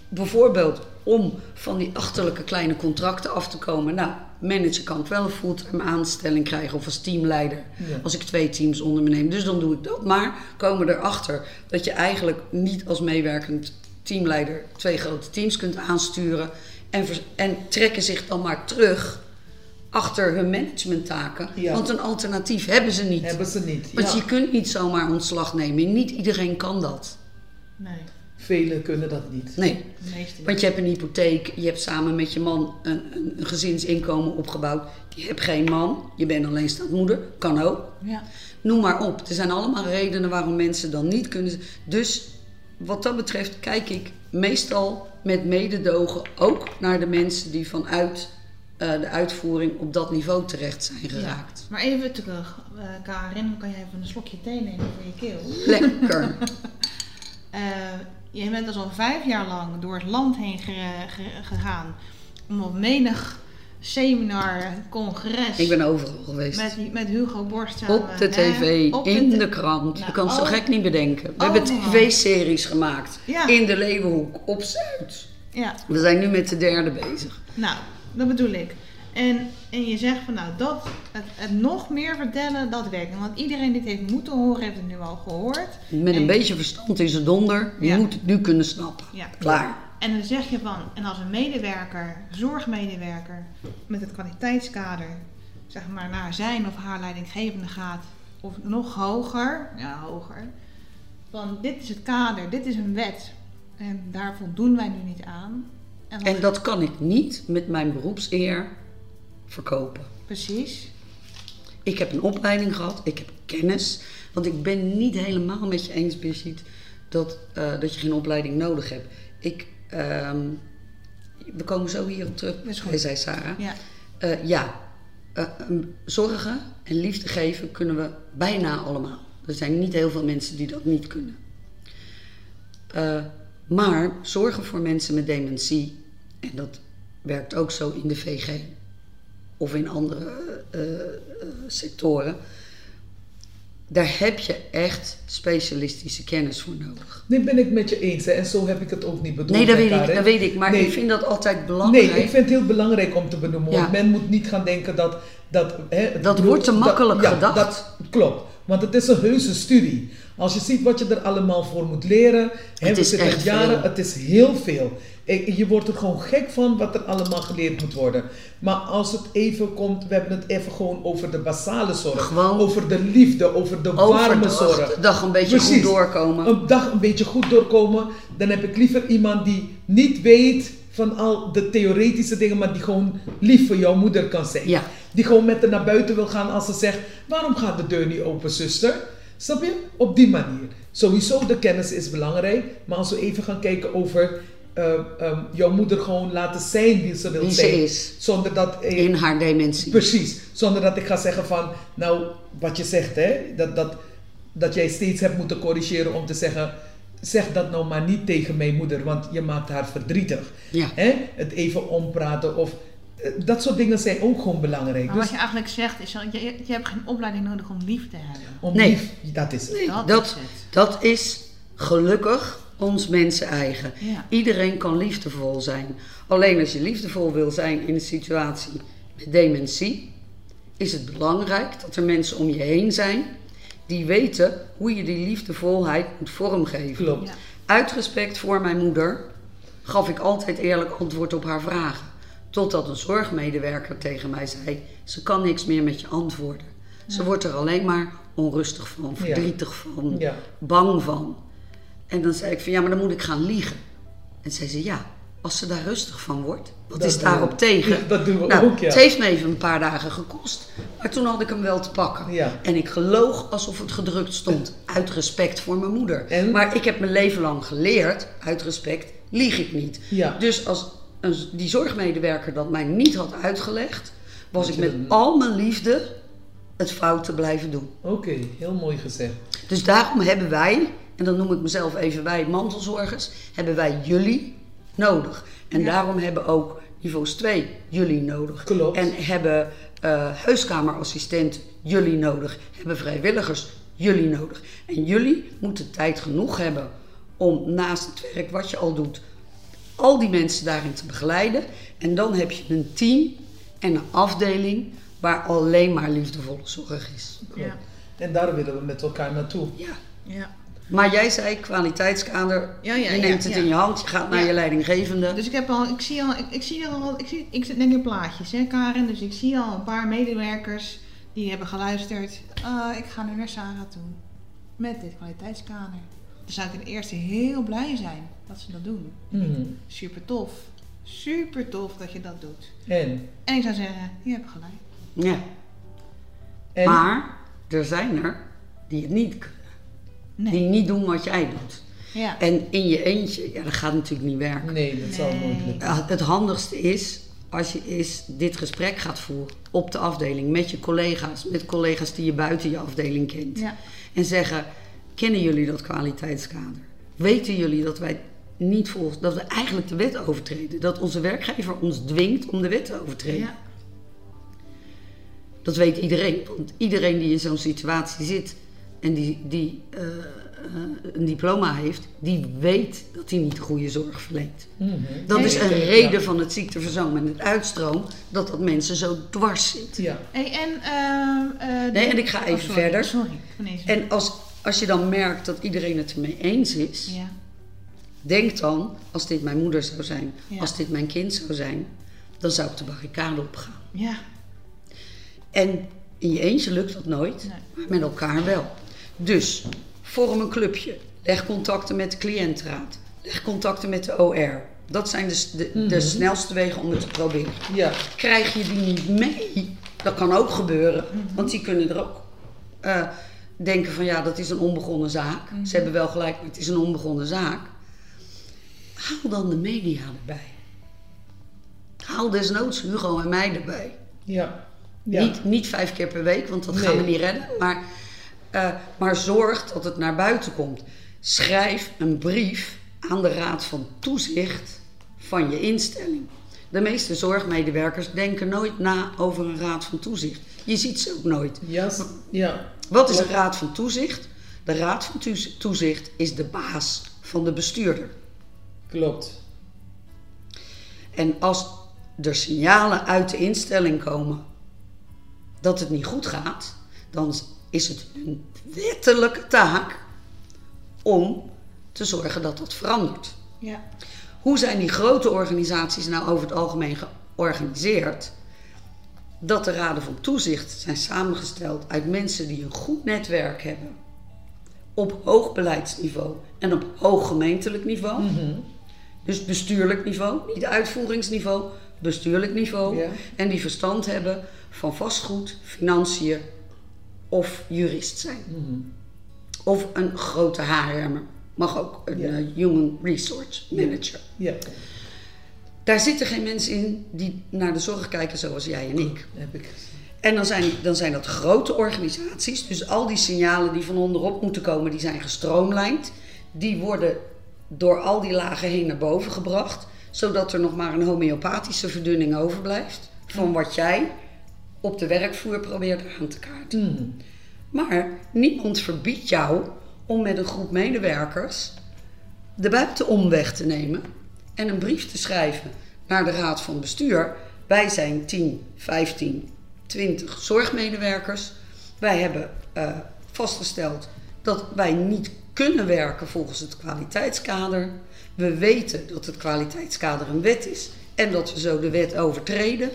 bijvoorbeeld om van die achterlijke kleine contracten af te komen. Nou, manager kan ik wel een fulltime aanstelling krijgen of als teamleider. Ja. Als ik twee teams onder me neem. Dus dan doe ik dat. Maar komen erachter dat je eigenlijk niet als meewerkend teamleider twee grote teams kunt aansturen. En, en trekken zich dan maar terug achter hun managementtaken. Ja. Want een alternatief hebben ze niet. Hebben ze niet. Want ja. je kunt niet zomaar ontslag nemen. Niet iedereen kan dat. Nee. Velen kunnen dat niet. Nee, want je hebt een hypotheek, je hebt samen met je man een, een gezinsinkomen opgebouwd. Je hebt geen man, je bent alleenstaand moeder, kan ook. Ja. Noem maar op. Er zijn allemaal redenen waarom mensen dan niet kunnen. Dus wat dat betreft kijk ik meestal met mededogen ook naar de mensen die vanuit uh, de uitvoering op dat niveau terecht zijn geraakt. Ja. Maar even terug, uh, Karin, kan jij even een slokje thee nemen voor je keel? Lekker. uh, Je bent dus al vijf jaar lang door het land heen ge- ge- gegaan om op menig seminar, congres. Ik ben overal geweest. Met, met Hugo Borst samen. Op de tv, op in de, de krant. Nou, je kan het zo oh, gek niet bedenken. We oh, hebben tv-series gemaakt. Ja. In de Leeuwenhoek, op Zuid. Ja. We zijn nu met de derde bezig. Nou, dat bedoel ik. En, en je zegt van nou, dat, het, het nog meer vertellen, dat werkt niet. Want iedereen die het heeft moeten horen, heeft het nu al gehoord. Met een en, beetje verstand is het donder. Die ja. moet het nu kunnen snappen. Ja. Klaar. En dan zeg je van, en als een medewerker, zorgmedewerker, met het kwaliteitskader, zeg maar naar zijn of haar leidinggevende gaat, of nog hoger, ja hoger, van dit is het kader, dit is een wet. En daar voldoen wij nu niet aan. En, en dat kan ik niet met mijn beroepseer verkopen. Precies. Ik heb een opleiding gehad, ik heb kennis. Want ik ben niet helemaal met je eens, Birgit, dat, uh, dat je geen opleiding nodig hebt. Ik, uh, we komen zo hierop terug, zei Sarah. Ja, uh, ja uh, um, zorgen en liefde geven kunnen we bijna allemaal. Er zijn niet heel veel mensen die dat niet kunnen. Uh, maar zorgen voor mensen met dementie, en dat werkt ook zo in de V G of in andere uh, uh, sectoren, daar heb je echt specialistische kennis voor nodig. Nee, ben ik met je eens. Hè? En zo heb ik het ook niet bedoeld. Nee, dat weet, ik, dat weet ik. Maar nee. ik vind dat altijd belangrijk. Nee, ik vind het heel belangrijk om te benoemen. Ja. Want men moet niet gaan denken dat... Dat, hè, dat wordt te makkelijk dat, gedacht. Ja, dat klopt. Want het is een heuse studie. Als je ziet wat je er allemaal voor moet leren. Het hè, is echt jaren, veel. Het is heel veel. Je wordt er gewoon gek van wat er allemaal geleerd moet worden. Maar als het even komt, we hebben het even gewoon over de basale zorg. Gewoon over de liefde, over de over warme de zorg. Een dag een beetje Precies. goed doorkomen. Een dag een beetje goed doorkomen. Dan heb ik liever iemand die niet weet van al de theoretische dingen, maar die gewoon lief voor jouw moeder kan zijn. Ja. Die gewoon met haar naar buiten wil gaan als ze zegt, waarom gaat de deur niet open, zuster? Snap je? Op die manier. Sowieso de kennis is belangrijk, maar als we even gaan kijken over uh, um, jouw moeder gewoon laten zijn wie ze wil wie zijn. Ze is. Zonder dat, eh, in haar dementie. Precies. Zonder dat ik ga zeggen van, nou, wat je zegt, hè, dat, dat, dat jij steeds hebt moeten corrigeren om te zeggen, zeg dat nou maar niet tegen mijn moeder, want je maakt haar verdrietig. Ja. Hè? Het even ompraten of... Dat soort dingen zijn ook gewoon belangrijk. Maar dus, wat je eigenlijk zegt is, je, je hebt geen opleiding nodig om lief te hebben. Om nee. lief, dat is het. Nee, dat, dat, is het. dat is gelukkig ons mensen eigen. Ja. Iedereen kan liefdevol zijn. Alleen als je liefdevol wil zijn in een situatie met dementie, is het belangrijk dat er mensen om je heen zijn die weten hoe je die liefdevolheid moet vormgeven. Klopt. Ja. Uit respect voor mijn moeder gaf ik altijd eerlijk antwoord op haar vragen. Totdat een zorgmedewerker tegen mij zei, ze kan niks meer met je antwoorden. Ja. Ze wordt er alleen maar onrustig van, verdrietig ja. van, ja. bang van. En dan zei ik van, ja, maar dan moet ik gaan liegen. En zei ze, ja, als ze daar rustig van wordt, wat dat is daarop we. tegen? Ja, dat doen we nou, ook, ja. Het heeft me even een paar dagen gekost, maar toen had ik hem wel te pakken. Ja. En ik geloog alsof het gedrukt stond, uit respect voor mijn moeder. En? Maar ik heb mijn leven lang geleerd, uit respect, lieg ik niet. Ja. Dus als een, die zorgmedewerker dat mij niet had uitgelegd, was dat ik met een... al mijn liefde het foute blijven doen. Oké, okay, heel mooi gezegd. Dus daarom hebben wij, en dan noem ik mezelf even wij mantelzorgers, hebben wij jullie nodig. En ja. daarom hebben ook niveaus twee jullie nodig. Klopt. En hebben uh, huiskamerassistent jullie nodig. Hebben vrijwilligers jullie nodig. En jullie moeten tijd genoeg hebben om naast het werk wat je al doet, al die mensen daarin te begeleiden. En dan heb je een team en een afdeling waar alleen maar liefdevolle zorg is. Ja. En daar willen we met elkaar naartoe. Ja. Ja. Maar jij zei kwaliteitskader, Ja, ja, je neemt ja, het ja. in je hand, je gaat naar Ja. je leidinggevende. Dus ik heb al, ik zie al, ik, ik zie er al, ik zie, ik zit denk in plaatjes, hè Karen. Dus ik zie al een paar medewerkers die hebben geluisterd. Ah, ik ga nu naar Sarah toe met dit kwaliteitskader. Dan zou ik ten eerste heel blij zijn dat ze dat doen. Mhm. Super tof, super tof dat je dat doet. En? En ik zou zeggen, je hebt gelijk. Ja. En? Maar er zijn er die het niet kunnen. Nee. Die niet doen wat jij doet. Ja. En in je eentje, ja, dat gaat natuurlijk niet werken. Nee, dat zal Nee. nooit lukken. Ja, Het handigste is als je eens dit gesprek gaat voeren op de afdeling met je collega's, met collega's die je buiten je afdeling kent. Ja. En zeggen, kennen jullie dat kwaliteitskader? Weten jullie dat wij niet volgens, dat we eigenlijk de wet overtreden? Dat onze werkgever ons dwingt om de wet te overtreden? Ja. Dat weet iedereen, want iedereen die in zo'n situatie zit en die, die uh, uh, een diploma heeft, die weet dat hij niet de goede zorg verleent. Mhm. Dat Nee. is een Ja. reden van het ziekteverzuim en het uitstroom, dat dat mensen zo dwars zit. Ja. Hey, en, eh, eh, Nee, de- en ik ga oh, even sorry, verder. Sorry. Nee, sorry. En als, als je dan merkt dat iedereen het ermee eens is, Ja. denk dan, als dit mijn moeder zou zijn, Ja. als dit mijn kind zou zijn, dan zou ik de barricade opgaan. Ja. En in je eentje lukt dat nooit, Nee. maar met elkaar wel. Dus vorm een clubje, leg contacten met de cliëntenraad, leg contacten met de O R. Dat zijn de, de, de Mhm. snelste wegen om het te proberen. Ja. Krijg je die niet mee, dat kan ook gebeuren, want die kunnen er ook eh, denken van ja, dat is een onbegonnen zaak. Ze hebben wel gelijk, maar het is een onbegonnen zaak. Haal dan de media erbij. Haal desnoods Hugo en mij erbij. Ja. Ja. Niet, niet vijf keer per week, want dat gaan we Nee. niet redden. Maar, eh, maar zorg dat het naar buiten komt. Schrijf een brief aan de Raad van Toezicht van je instelling. De meeste zorgmedewerkers denken nooit na over een Raad van Toezicht. Je ziet ze ook nooit. Ja. Ja. Wat is een Klopt. Raad van Toezicht? De Raad van Toez- Toezicht is de baas van de bestuurder. Klopt. En als er signalen uit de instelling komen dat het niet goed gaat, dan is het een wettelijke taak om te zorgen dat dat verandert. Ja. Hoe zijn die grote organisaties nou over het algemeen georganiseerd? Dat de raden van toezicht zijn samengesteld uit mensen die een goed netwerk hebben op hoog beleidsniveau en op hoog gemeentelijk niveau. Mhm. Dus bestuurlijk niveau, niet uitvoeringsniveau, bestuurlijk niveau. Ja. En die verstand hebben van vastgoed, financiën of jurist zijn. Mhm. Of een grote H R M, mag ook een Ja. eh, Human Resource Manager. Ja. Daar zitten geen mensen in die naar de zorg kijken zoals jij en ik. Heb ik. En dan zijn, dan zijn dat grote organisaties, dus al die signalen die van onderop moeten komen, die zijn gestroomlijnd. Die worden door al die lagen heen naar boven gebracht, zodat er nog maar een homeopathische verdunning overblijft van wat jij op de werkvloer probeert aan te kaarten. Mhm. Maar niemand verbiedt jou om met een groep medewerkers de buitenomweg te nemen en een brief te schrijven naar de raad van bestuur. Wij zijn tien, vijftien, twintig zorgmedewerkers. Wij hebben uh, vastgesteld dat wij niet kunnen werken volgens het kwaliteitskader. We weten dat het kwaliteitskader een wet is en dat we zo de wet overtreden.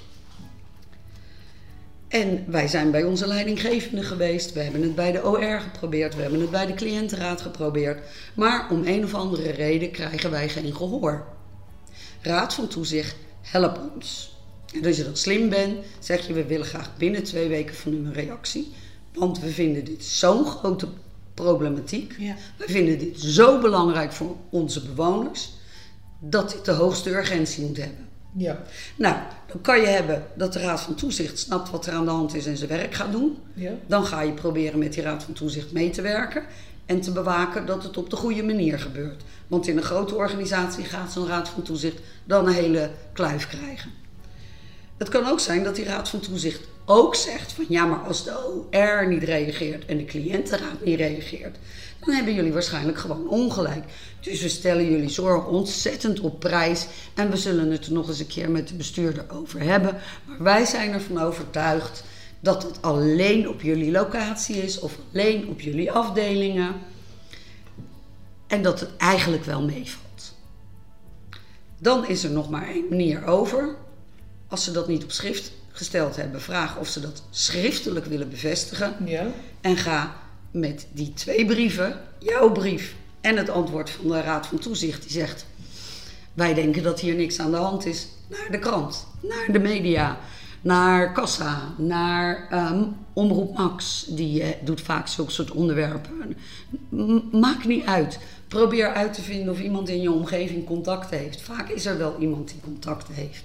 En wij zijn bij onze leidinggevende geweest. We hebben het bij de O R geprobeerd. We hebben het bij de cliëntenraad geprobeerd. Maar om een of andere reden krijgen wij geen gehoor. Raad van Toezicht, help ons. En als je dan slim bent, zeg je we willen graag binnen twee weken van u een reactie. Want we vinden dit zo'n grote problematiek. Ja. We vinden dit zo belangrijk voor onze bewoners. Dat dit de hoogste urgentie moet hebben. Ja. Nou, dan kan je hebben dat de Raad van Toezicht snapt wat er aan de hand is en zijn werk gaat doen. Ja. Dan ga je proberen met die Raad van Toezicht mee te werken en te bewaken dat het op de goede manier gebeurt. Want in een grote organisatie gaat zo'n Raad van Toezicht dan een hele kluif krijgen. Het kan ook zijn dat die Raad van Toezicht ook zegt van ja, maar als de O R niet reageert en de cliëntenraad niet reageert, dan hebben jullie waarschijnlijk gewoon ongelijk. Dus we stellen jullie zorg ontzettend op prijs en we zullen het er nog eens een keer met de bestuurder over hebben. Maar wij zijn ervan overtuigd dat het alleen op jullie locatie is of alleen op jullie afdelingen en dat het eigenlijk wel meevalt. Dan is er nog maar één manier over. Als ze dat niet op schrift gesteld hebben, vraag of ze dat schriftelijk willen bevestigen. Ja. En ga met die twee brieven, jouw brief en het antwoord van de Raad van Toezicht, die zegt: wij denken dat hier niks aan de hand is, naar de krant, naar de media, naar Kassa, naar um, Omroep Max, die uh, doet vaak zulke soort onderwerpen. M- maakt niet uit. Probeer uit te vinden of iemand in je omgeving contact heeft. Vaak is er wel iemand die contact heeft.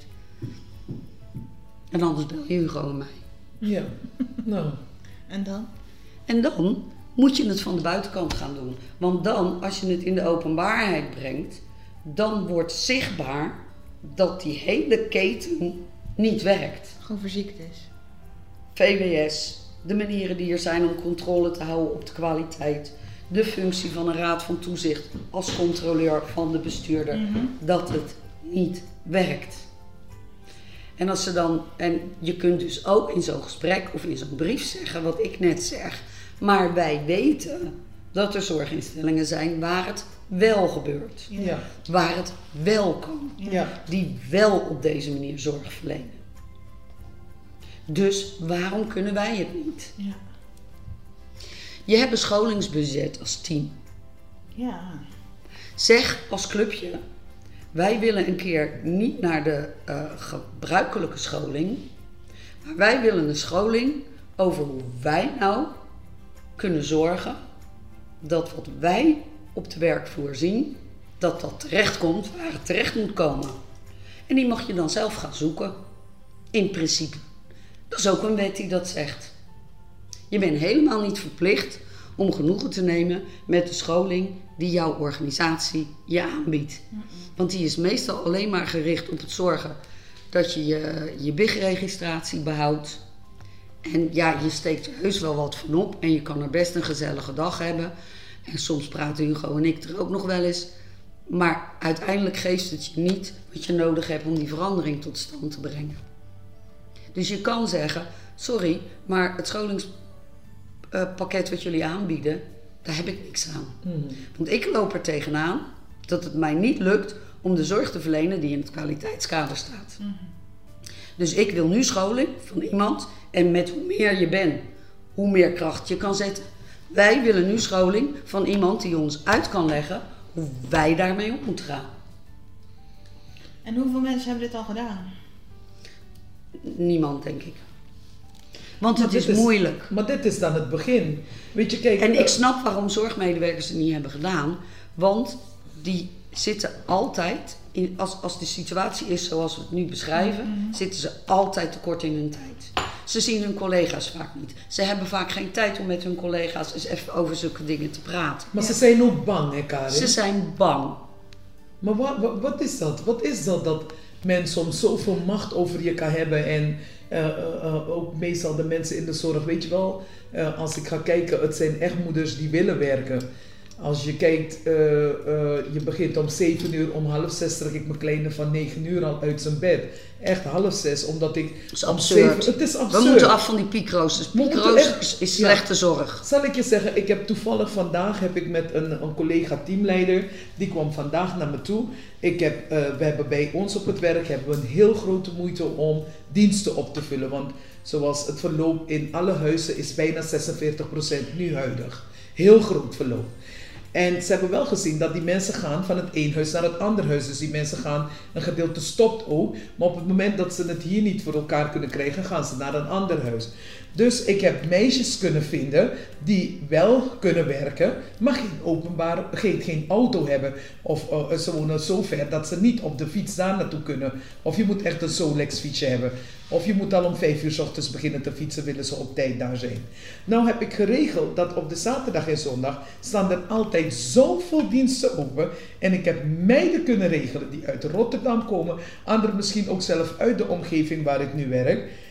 En anders bel je Hugo en mij. Ja, nou. En dan? En dan moet je het van de buitenkant gaan doen. Want dan, als je het in de openbaarheid brengt, dan wordt zichtbaar dat die hele keten niet werkt. Gewoon verziekt is. V W S, de manieren die er zijn om controle te houden op de kwaliteit, de functie van een raad van toezicht als controleur van de bestuurder, Mm-hmm. dat het niet werkt. En als ze dan, en je kunt dus ook in zo'n gesprek of in zo'n brief zeggen wat ik net zeg, maar wij weten dat er zorginstellingen zijn waar het wel gebeurt. Ja. Ja. Waar het wel kan. Ja. Ja. Die wel op deze manier zorg verlenen. Dus waarom kunnen wij het niet? Ja. Je hebt een scholingsbudget als team. Ja. Zeg als clubje, wij willen een keer niet naar de uh, gebruikelijke scholing, maar wij willen een scholing over hoe wij nou kunnen zorgen dat wat wij op de werkvloer zien, dat dat terecht komt waar het terecht moet komen. En die mag je dan zelf gaan zoeken, in principe. Dat is ook een wet die dat zegt. Je bent helemaal niet verplicht om genoegen te nemen met de scholing die jouw organisatie je aanbiedt. Want die is meestal alleen maar gericht op het zorgen dat je je, je B I G-registratie behoudt. En ja, je steekt er heus wel wat van op en je kan er best een gezellige dag hebben. En soms praten Hugo en ik er ook nog wel eens. Maar uiteindelijk geeft het je niet wat je nodig hebt om die verandering tot stand te brengen. Dus je kan zeggen, sorry, maar het scholingspakket wat jullie aanbieden, daar heb ik niks aan. Hmm. Want ik loop er tegenaan dat het mij niet lukt om de zorg te verlenen die in het kwaliteitskader staat. Mm-hmm. Dus ik wil nu scholing van iemand en met hoe meer je bent, hoe meer kracht je kan zetten. Wij willen nu scholing van iemand die ons uit kan leggen hoe wij daarmee om moeten gaan. En hoeveel mensen hebben dit al gedaan? Niemand, denk ik. Want Maar het is dit moeilijk. Maar dit is dan het begin. Weet je, kijk. En eh, ik snap waarom zorgmedewerkers het niet hebben gedaan. Want die zitten altijd, in, als, als de situatie is zoals we het nu beschrijven, Mm-hmm. zitten ze altijd tekort in hun tijd. Ze zien hun collega's vaak niet. Ze hebben vaak geen tijd om met hun collega's eens even over zulke dingen te praten. Maar ze zijn ook bang, hè, Karin? Ze zijn bang. Maar wat, wat, wat is dat? Wat is dat dat men soms zoveel macht over je kan hebben en uh, uh, uh, ook meestal de mensen in de zorg, weet je wel, uh, als ik ga kijken, het zijn echt moeders die willen werken. Als je kijkt, uh, uh, je begint om zeven uur, om half zes trek ik mijn kleine van negen uur al uit zijn bed. Echt half zes, omdat ik... Dat is om absurd. zeven, het is absurd. We moeten af van die piekroosters. We moeten Piekroosters echt- is ja. slechte zorg. Zal ik je zeggen, ik heb toevallig vandaag heb ik met een, een collega teamleider, die kwam vandaag naar me toe. Ik heb, uh, we hebben bij ons op het werk hebben we een heel grote moeite om diensten op te vullen. Want zoals het verloop in alle huizen is bijna zesenveertig procent nu huidig. Heel groot verloop. En ze hebben wel gezien dat die mensen gaan van het een huis naar het andere huis. Dus die mensen gaan, een gedeelte stopt ook. Maar op het moment dat ze het hier niet voor elkaar kunnen krijgen, gaan ze naar een ander huis. Dus ik heb meisjes kunnen vinden die wel kunnen werken, maar geen openbaar, geen, geen auto hebben. Of uh, ze wonen zo ver dat ze niet op de fiets daar naartoe kunnen. Of je moet echt een Solex fietsje hebben. Of je moet al om vijf uur 's ochtends beginnen te fietsen, willen ze op tijd daar zijn. Nou heb ik geregeld dat op de zaterdag en zondag staan er altijd zoveel diensten open. En ik heb meiden kunnen regelen die uit Rotterdam komen. Anderen misschien ook zelf uit de omgeving waar ik nu werk.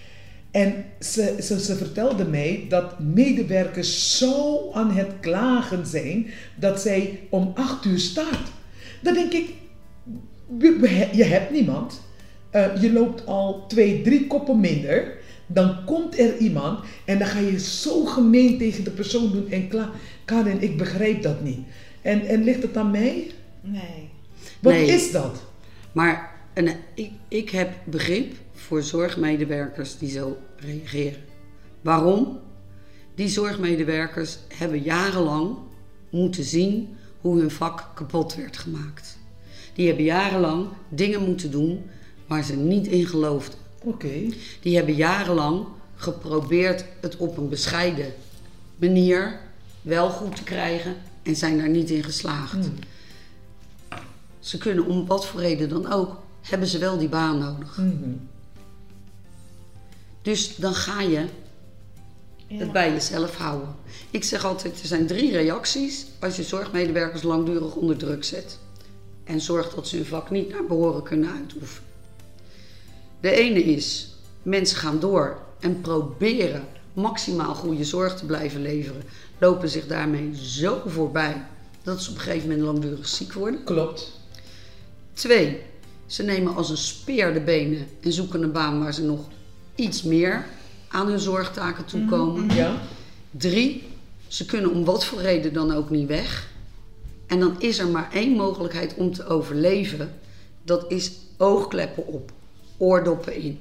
En ze, ze, ze vertelde mij dat medewerkers zo aan het klagen zijn dat zij om acht uur start. Dan denk ik, je hebt niemand. Uh, je loopt al twee, drie koppen minder. Dan komt er iemand en dan ga je zo gemeen tegen de persoon doen en klaar. Karin, ik begrijp dat niet. En, en ligt het aan mij? Nee. Wat Nee. is dat? Maar en, ik, ik heb begrip voor zorgmedewerkers die zo reageren. Waarom? Die zorgmedewerkers hebben jarenlang moeten zien hoe hun vak kapot werd gemaakt. Die hebben jarenlang dingen moeten doen waar ze niet in geloofden. Oké. Okay. Die hebben jarenlang geprobeerd het op een bescheiden manier wel goed te krijgen en zijn daar niet in geslaagd. Hmm. Ze kunnen om wat voor reden dan ook, hebben ze wel die baan nodig. Mm-hmm. Dus dan ga je Ja. het bij jezelf houden. Ik zeg altijd, er zijn drie reacties als je zorgmedewerkers langdurig onder druk zet. En zorgt dat ze hun vak niet naar behoren kunnen uitoefenen. De ene is, mensen gaan door en proberen maximaal goede zorg te blijven leveren. Lopen zich daarmee zo voorbij dat ze op een gegeven moment langdurig ziek worden. Klopt. Twee, ze nemen als een speer de benen en zoeken een baan waar ze nog iets meer aan hun zorgtaken toekomen. Mm-hmm. Ja. Drie, ze kunnen om wat voor reden dan ook niet weg. En dan is er maar één mogelijkheid om te overleven. Dat is oogkleppen op, oordoppen in.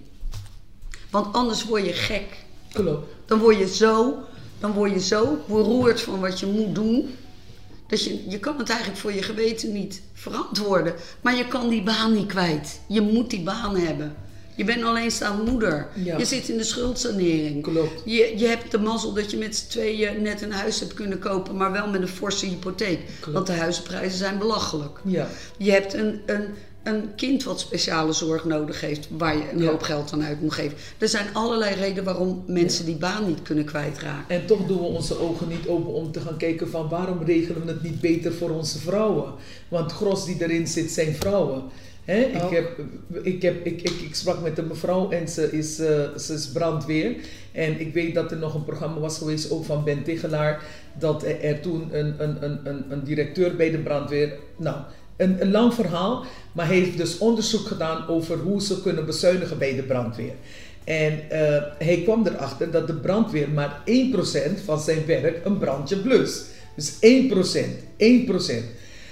Want anders word je gek. Klopt. Dan word je zo, dan word je zo beroerd van wat je moet doen. Dat je, je kan het eigenlijk voor je geweten niet verantwoorden. Maar je kan die baan niet kwijt. Je moet die baan hebben. Je bent alleenstaande moeder. Ja. Je zit in de schuldsanering. Klopt. Je, je hebt de mazzel dat je met z'n tweeën net een huis hebt kunnen kopen, maar wel met een forse hypotheek. Klopt. Want de huizenprijzen zijn belachelijk. Ja. Je hebt een, een, een kind wat speciale zorg nodig heeft, waar je een Ja. hoop geld aan uit moet geven. Er zijn allerlei redenen waarom mensen die baan niet kunnen kwijtraken. En toch doen we onze ogen niet open om te gaan kijken van waarom regelen we het niet beter voor onze vrouwen? Want gros die erin zit zijn vrouwen. He, ik, heb, ik, heb, ik, ik, ik sprak met een mevrouw en ze is, uh, ze is brandweer. En ik weet dat er nog een programma was geweest, ook van Ben Tigelaar, dat er, er toen een, een, een, een, een directeur bij de brandweer, nou, een, een lang verhaal, maar hij heeft dus onderzoek gedaan over hoe ze kunnen bezuinigen bij de brandweer. En uh, hij kwam erachter dat de brandweer maar één procent van zijn werk een brandje blust. Dus één procent, één procent.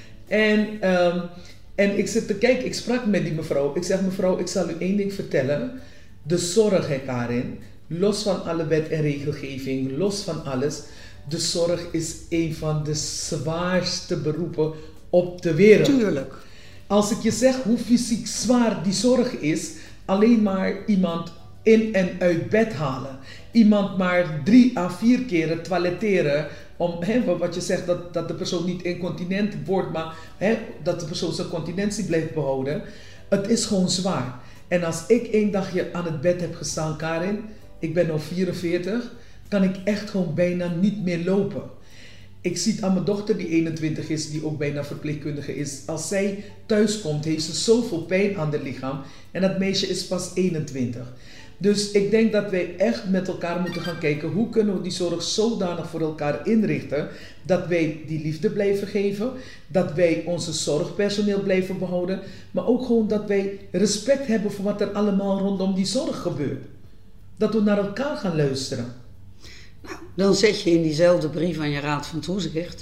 En... Um, En ik zit te kijken, ik sprak met die mevrouw. Ik zeg, mevrouw, ik zal u één ding vertellen. De zorg, hè, Karin, los van alle wet en regelgeving, los van alles. De zorg is een van de zwaarste beroepen op de wereld. Tuurlijk. Als ik je zeg hoe fysiek zwaar die zorg is, alleen maar iemand in en uit bed halen. Iemand maar drie à vier keren toiletteren. Om, he, wat je zegt, dat, dat de persoon niet incontinent wordt, maar he, dat de persoon zijn continentie blijft behouden. Het is gewoon zwaar. En als ik één dagje aan het bed heb gestaan, Karin, ik ben al vierenveertig, kan ik echt gewoon bijna niet meer lopen. Ik zie het aan mijn dochter die eenentwintig is, die ook bijna verpleegkundige is. Als zij thuis komt, heeft ze zoveel pijn aan het lichaam. En dat meisje is pas eenentwintig. Dus ik denk dat wij echt met elkaar moeten gaan kijken hoe kunnen we die zorg zodanig voor elkaar inrichten dat wij die liefde blijven geven, dat wij onze zorgpersoneel blijven behouden, maar ook gewoon dat wij respect hebben voor wat er allemaal rondom die zorg gebeurt. Dat we naar elkaar gaan luisteren. Nou, dan zet je in diezelfde brief aan je Raad van Toezicht.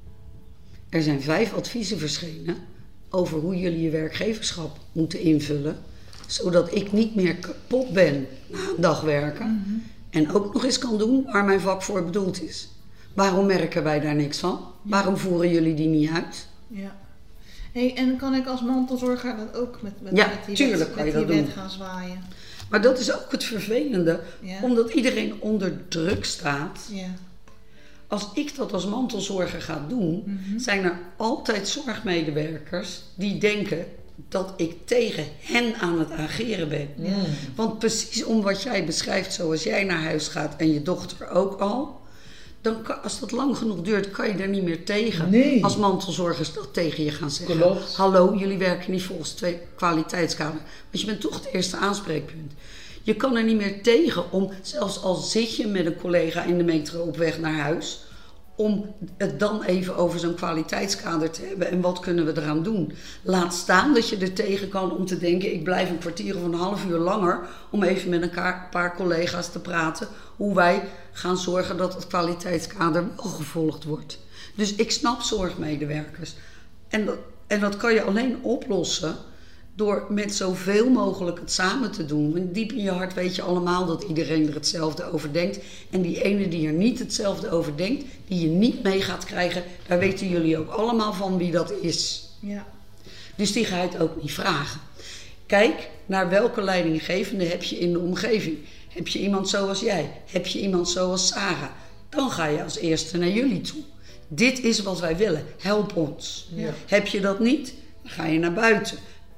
Er zijn vijf adviezen verschenen over hoe jullie je werkgeverschap moeten invullen, zodat ik niet meer kapot ben na een dag werken. Mm-hmm. En ook nog eens kan doen waar mijn vak voor bedoeld is. Waarom merken wij daar niks van? Ja. Waarom voeren jullie die niet uit? Ja. Hey, en kan ik als mantelzorger dat ook met, met, ja, met die, tuurlijk wet, kan je met die dat wet doen. gaan zwaaien? Maar dat is ook het vervelende. Ja. Omdat iedereen onder druk staat. Ja. Als ik dat als mantelzorger ga doen, mm-hmm. zijn er altijd zorgmedewerkers die denken dat ik tegen hen aan het ageren ben. Ja. Want precies om wat jij beschrijft, zoals jij naar huis gaat en je dochter ook al, dan kan, als dat lang genoeg duurt, kan je daar niet meer tegen. Nee. Als mantelzorgers dat tegen je gaan zeggen. Klopt. Hallo, jullie werken niet volgens twee kwaliteitskader. Want je bent toch het eerste aanspreekpunt. Je kan er niet meer tegen om, zelfs al zit je met een collega in de metro op weg naar huis, om het dan even over zo'n kwaliteitskader te hebben en wat kunnen we eraan doen. Laat staan dat je er tegen kan om te denken, ik blijf een kwartier of een half uur langer om even met een paar collega's te praten hoe wij gaan zorgen dat het kwaliteitskader wel gevolgd wordt. Dus ik snap zorgmedewerkers. En dat, en dat kan je alleen oplossen door met zoveel mogelijk het samen te doen. Want diep in je hart weet je allemaal dat iedereen er hetzelfde over denkt. En die ene die er niet hetzelfde over denkt, die je niet mee gaat krijgen, daar weten jullie ook allemaal van wie dat is. Ja. Dus die ga je het ook niet vragen. Kijk naar welke leidinggevende heb je in de omgeving. Heb je iemand zoals jij? Heb je iemand zoals Sarah? Dan ga je als eerste naar jullie toe. Dit is wat wij willen. Help ons. Ja. Heb je dat niet? Dan ga je naar buiten.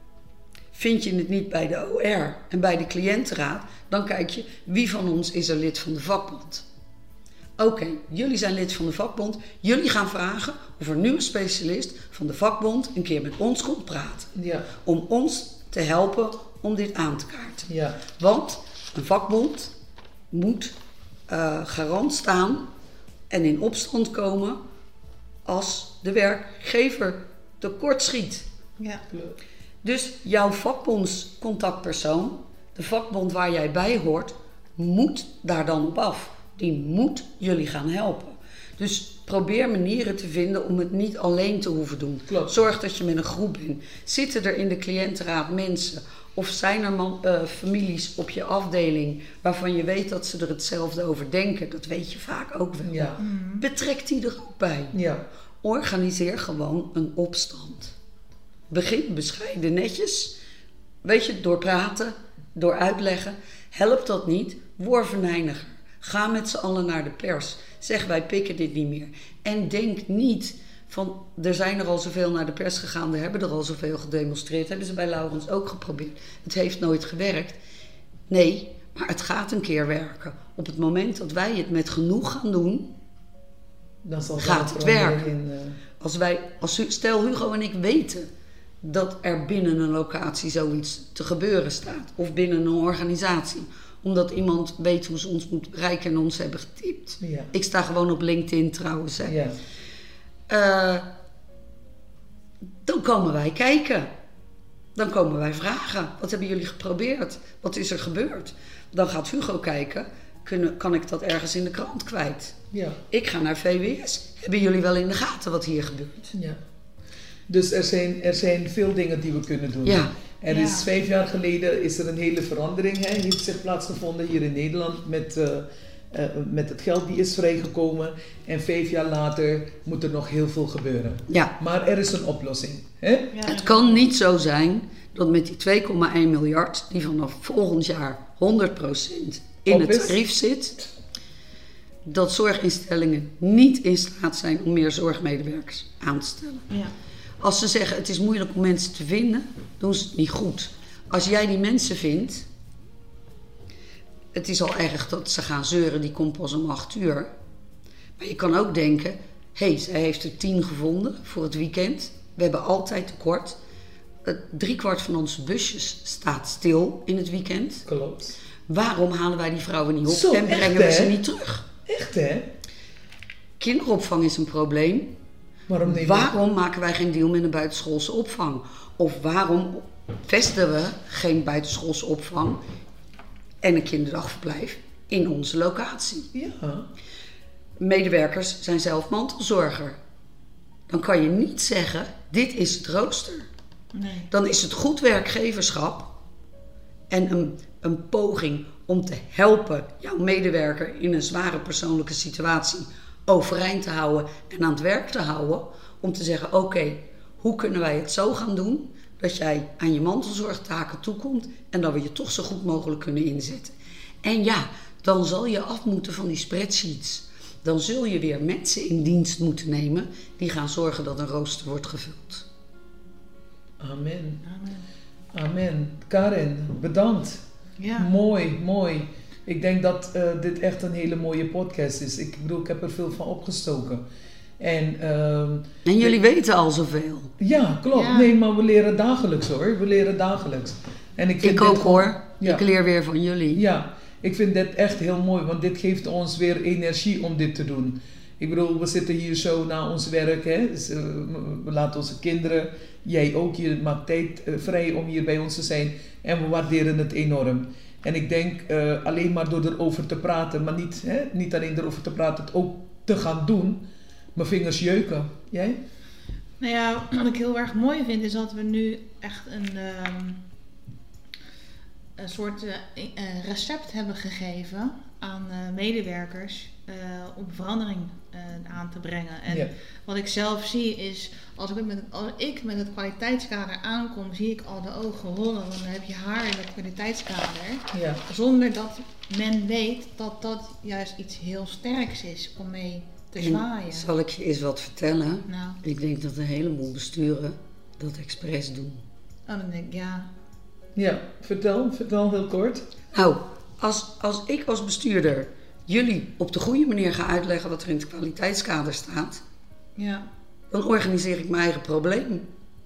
Vind je het niet bij de O R en bij de cliëntenraad, dan kijk je wie van ons is er lid van de vakbond. Oké, okay, jullie zijn lid van de vakbond. Jullie gaan vragen of er nu een specialist van de vakbond een keer met ons komt praten. Ja. Om ons te helpen om dit aan te kaarten. Ja. Want een vakbond moet uh, garant staan en in opstand komen als de werkgever tekortschiet. Ja. Dus jouw vakbondscontactpersoon, de vakbond waar jij bij hoort, moet daar dan op af. Die moet jullie gaan helpen. Dus probeer manieren te vinden om het niet alleen te hoeven doen. Klopt. Zorg dat je met een groep bent. Zitten er in de cliëntenraad mensen of zijn er man, uh, families op je afdeling waarvan je weet dat ze er hetzelfde over denken? Dat weet je vaak ook wel. Ja. Mm. Betrek die er ook bij. Ja. Organiseer gewoon een opstand. Begin bescheiden netjes. Weet je, door praten, door uitleggen. Helpt dat niet? Word venijniger. Ga met z'n allen naar de pers. Zeg, wij pikken dit niet meer. En denk niet van, er zijn er al zoveel naar de pers gegaan. Er hebben er al zoveel gedemonstreerd. Hebben ze bij Laurens ook geprobeerd. Het heeft nooit gewerkt. Nee, maar het gaat een keer werken. Op het moment dat wij het met genoeg gaan doen, Dan zal gaat het werken. In, uh... Als wij, als, stel Hugo en ik weten dat er binnen een locatie zoiets te gebeuren staat. Of binnen een organisatie. Omdat iemand weet hoe ze ons moet bereiken en ons hebben getipt. Ja. Ik sta gewoon op LinkedIn trouwens. Hè. Ja. Uh, dan komen wij kijken. Dan komen wij vragen. Wat hebben jullie geprobeerd? Wat is er gebeurd? Dan gaat Hugo kijken. Kunnen, kan ik dat ergens in de krant kwijt? Ja. Ik ga naar V W S. Hebben jullie wel in de gaten wat hier gebeurt? Ja. Dus er zijn, er zijn veel dingen die we kunnen doen. Ja. Er Ja. is vijf jaar geleden is er een hele verandering, hè, heeft zich plaatsgevonden hier in Nederland met, uh, uh, met het geld die is vrijgekomen. En vijf jaar later moet er nog heel veel gebeuren. Ja. Maar er is een oplossing. Hè? Ja. Het kan niet zo zijn dat met die twee komma één miljard, die vanaf volgend jaar honderd procent in Op het is. tarief zit, dat zorginstellingen niet in staat zijn om meer zorgmedewerkers aan te stellen. Ja. Als ze zeggen het is moeilijk om mensen te vinden, doen ze het niet goed. Als jij die mensen vindt, het is al erg dat ze gaan zeuren, die komt pas om acht uur. Maar je kan ook denken, hé, hey, zij heeft er tien gevonden voor het weekend. We hebben altijd tekort. Drie kwart van onze busjes staat stil in het weekend. Klopt. Waarom halen wij die vrouwen niet op Zo, en brengen echt, we hè? ze niet terug? Echt hè? Kinderopvang is een probleem. Waarom neem je- Waarom maken wij geen deal met een buitenschoolse opvang? Of waarom vestigen we geen buitenschoolse opvang en een kinderdagverblijf in onze locatie? Ja. Medewerkers zijn zelf mantelzorger. Dan kan je niet zeggen, dit is het rooster. Nee. Dan is het goed werkgeverschap en een, een poging om te helpen jouw medewerker in een zware persoonlijke situatie overeind te houden en aan het werk te houden. Om te zeggen, oké, okay, hoe kunnen wij het zo gaan doen dat jij aan je mantelzorgtaken toekomt en dat we je toch zo goed mogelijk kunnen inzetten. En ja, dan zal je af moeten van die spreadsheets. Dan zul je weer mensen in dienst moeten nemen die gaan zorgen dat een rooster wordt gevuld. Amen. Amen. Amen. Karin, bedankt. Ja. Mooi, mooi. Ik denk dat uh, dit echt een hele mooie podcast is. Ik bedoel, ik heb er veel van opgestoken. En, uh, En jullie weten al zoveel. ja, klopt. Ja. Nee, maar we leren dagelijks hoor. We leren dagelijks. En ik Ik, vind ook dit hoor. Ja. Ik leer weer van jullie. Ja, ik vind dit echt heel mooi, want dit geeft ons weer energie om dit te doen. Ik bedoel, we zitten hier zo na ons werk, hè? Dus, uh, we laten onze kinderen, jij ook, je maakt tijd uh, vrij om hier bij ons te zijn en we waarderen het enorm. En ik denk uh, alleen maar door erover te praten, maar niet, hè, niet alleen erover te praten, het ook te gaan doen, mijn vingers jeuken. Jij? Nou ja, wat ik heel erg mooi vind is dat we nu echt een, um, een soort uh, uh, recept hebben gegeven aan uh, medewerkers uh, om verandering uh, aan te brengen. En Ja. wat ik zelf zie is, als ik, met, als ik met het kwaliteitskader aankom, zie ik al de ogen rollen. Want dan heb je haar in het kwaliteitskader. Ja. Zonder dat men weet dat dat juist iets heel sterks is om mee te zwaaien. En zal ik je eens wat vertellen? Nou, Ik denk dat een heleboel besturen dat expres doen. oh, dan denk ik, ja. Ja, vertel, vertel heel kort. Nou, als, als ik als bestuurder jullie op de goede manier ga uitleggen wat er in het kwaliteitskader staat, Ja. dan organiseer ik mijn eigen probleem.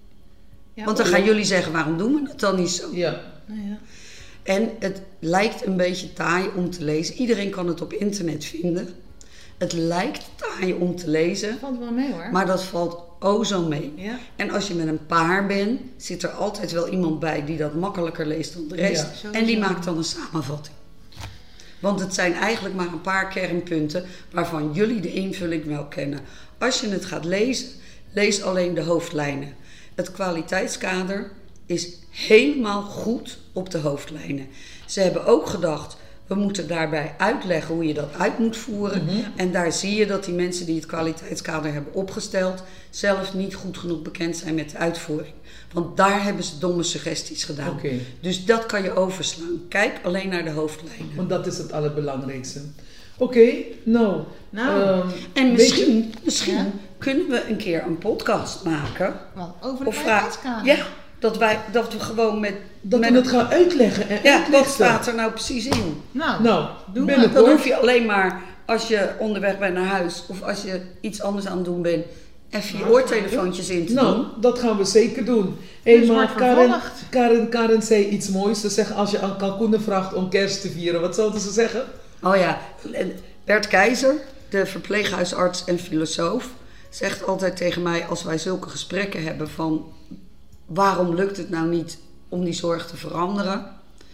Ja, Want dan gaan jullie zeggen, waarom doen we het dan niet zo? Ja, nou ja. En het lijkt een beetje taai om te lezen. Iedereen kan het op internet vinden. Het lijkt taai om te lezen, Valt wel mee hoor. maar dat valt o zo mee. Ja. En als je met een paar bent, zit er altijd wel iemand bij die dat makkelijker leest dan de rest. Ja, sowieso. En die maakt dan een samenvatting. Want het zijn eigenlijk maar een paar kernpunten waarvan jullie de invulling wel kennen. Als je het gaat lezen, lees alleen de hoofdlijnen. Het kwaliteitskader is helemaal goed op de hoofdlijnen. Ze hebben ook gedacht, we moeten daarbij uitleggen hoe je dat uit moet voeren. Mhm. En daar zie je dat die mensen die het kwaliteitskader hebben opgesteld zelf niet goed genoeg bekend zijn met de uitvoering. Want daar hebben ze domme suggesties gedaan. oké. Dus dat kan je overslaan. Kijk alleen naar de hoofdlijnen. Want dat is het allerbelangrijkste. Oké, nou. Nou, ehm, En weet misschien, je- misschien Ja? kunnen we een keer een podcast maken. wat over de Of vraag, kwaliteitskader. ja, dat, wij, dat we gewoon met... dat met we het gaan uitleggen en ja, wat uitlichten. staat er nou precies in? Nou, Nou, Doe maar. Dan binnenkort. hoef je alleen maar, als je onderweg bent naar huis of als je iets anders aan het doen bent, even je Nou, oortelefoontjes in te Nou, doen. dat gaan we zeker doen. Dus Hey, maar wordt Karen, vervolgd. Karen, Karen zei iets moois. Ze zegt, als je aan kalkoenen vraagt om kerst te vieren, wat zouden ze zeggen? Oh ja, en Bert Keizer, de verpleeghuisarts en filosoof, zegt altijd tegen mij als wij zulke gesprekken hebben van waarom lukt het nou niet om die zorg te veranderen?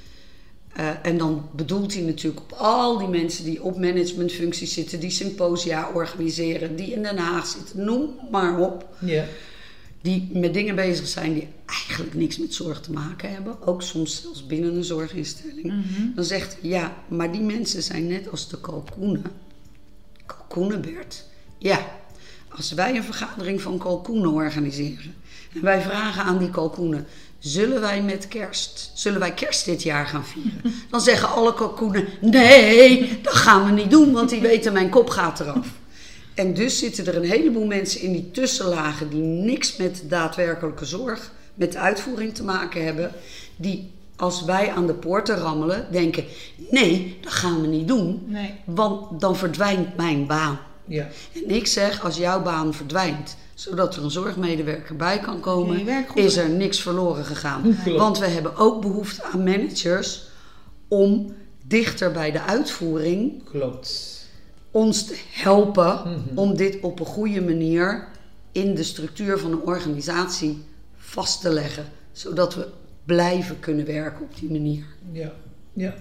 Uh, en dan bedoelt hij natuurlijk op al die mensen die op managementfuncties zitten, die symposia organiseren, die in Den Haag zitten, noem maar op. Ja. Die met dingen bezig zijn die eigenlijk niks met zorg te maken hebben. Ook soms zelfs binnen een zorginstelling. Mhm. Dan zegt hij, ja, maar die mensen zijn net als de kalkoenen. Kalkoenen, Bert. Ja, als wij een vergadering van kalkoenen organiseren en wij vragen aan die kalkoenen, zullen wij met kerst, zullen wij kerst dit jaar gaan vieren? Dan zeggen alle kalkoenen, nee, dat gaan we niet doen, want die weten mijn kop gaat eraf. En dus zitten er een heleboel mensen in die tussenlagen die niks met de daadwerkelijke zorg, met de uitvoering te maken hebben, die als wij aan de poorten rammelen denken, nee, dat gaan we niet doen, Nee. want dan verdwijnt mijn baan. Ja. En ik zeg, als jouw baan verdwijnt, zodat er een zorgmedewerker bij kan Ja, komen, je werkt goed. is er niks verloren gegaan. Klopt. Want we hebben ook behoefte aan managers om dichter bij de uitvoering Klopt. ons te helpen Mhm. om dit op een goede manier in de structuur van een organisatie vast te leggen. Zodat we blijven kunnen werken op die manier. Ja. Ja.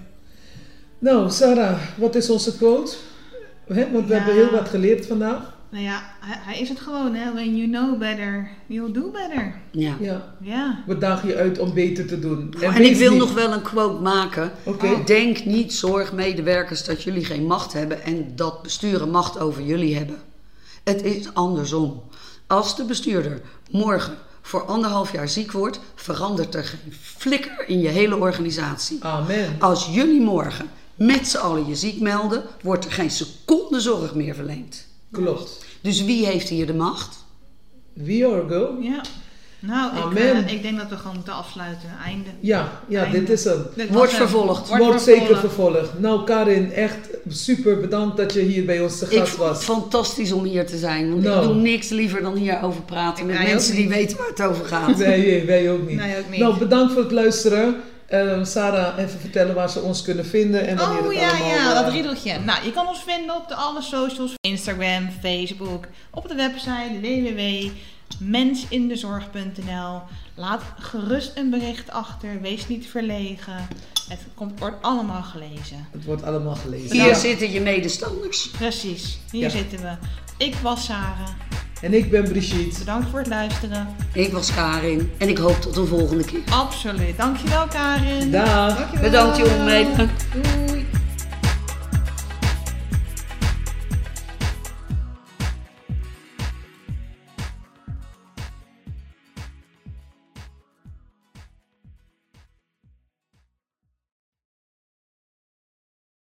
Nou, Sarah, wat is onze quote? Hè, want we Ja. hebben heel wat geleerd vandaag. Nou ja, hij, hij is het gewoon, hè. When you know better, you'll do better. Ja. Ja. Ja. We dagen je uit om beter te doen. Nou, en wees ik wil niet- nog wel een quote maken. Oké. Denk niet, zorgmedewerkers, dat jullie geen macht hebben en dat besturen macht over jullie hebben. Het is andersom. Als de bestuurder morgen voor anderhalf jaar ziek wordt, verandert er geen flikker in je hele organisatie. Amen. Als jullie morgen met z'n allen je ziek melden, wordt er geen seconde zorg meer verleend. Klopt. Dus wie heeft hier de macht? We are go. Ja. Nou, ik, Amen. eh, ik denk dat we gewoon moeten afsluiten. Einde. Ja, ja, Einde. dit is hem. Dit Wordt was hem. vervolgd. Wordt zeker vervolgd. Nou, Karin, echt super bedankt dat je hier bij ons te Ik gast vond het was. fantastisch om hier te zijn. Want Nou. ik doe niks liever dan hierover praten met Wij ook mensen die niet. weten waar het over gaat. Wij, wij ook niet. Nee, ook niet. Nou, bedankt voor het luisteren. Uh, Sarah, even vertellen waar ze ons kunnen vinden en wanneer oh, het ja, allemaal... ja, uh, dat riedeltje. Nou, je kan ons vinden op de alle socials. Instagram, Facebook, op de website w w w punt mensindezorg punt n l. Laat gerust een bericht achter. Wees niet verlegen. Het komt, wordt allemaal gelezen. Het wordt allemaal gelezen. Hier ja. zitten je medestanders. Precies, hier Ja. zitten we. Ik was Sarah. En ik ben Brigitte. Bedankt voor het luisteren. Ik was Karin en ik hoop tot een volgende keer. Absoluut. Dankjewel, Karin. Dag. Dankjewel. Bedankt jongen. Doei.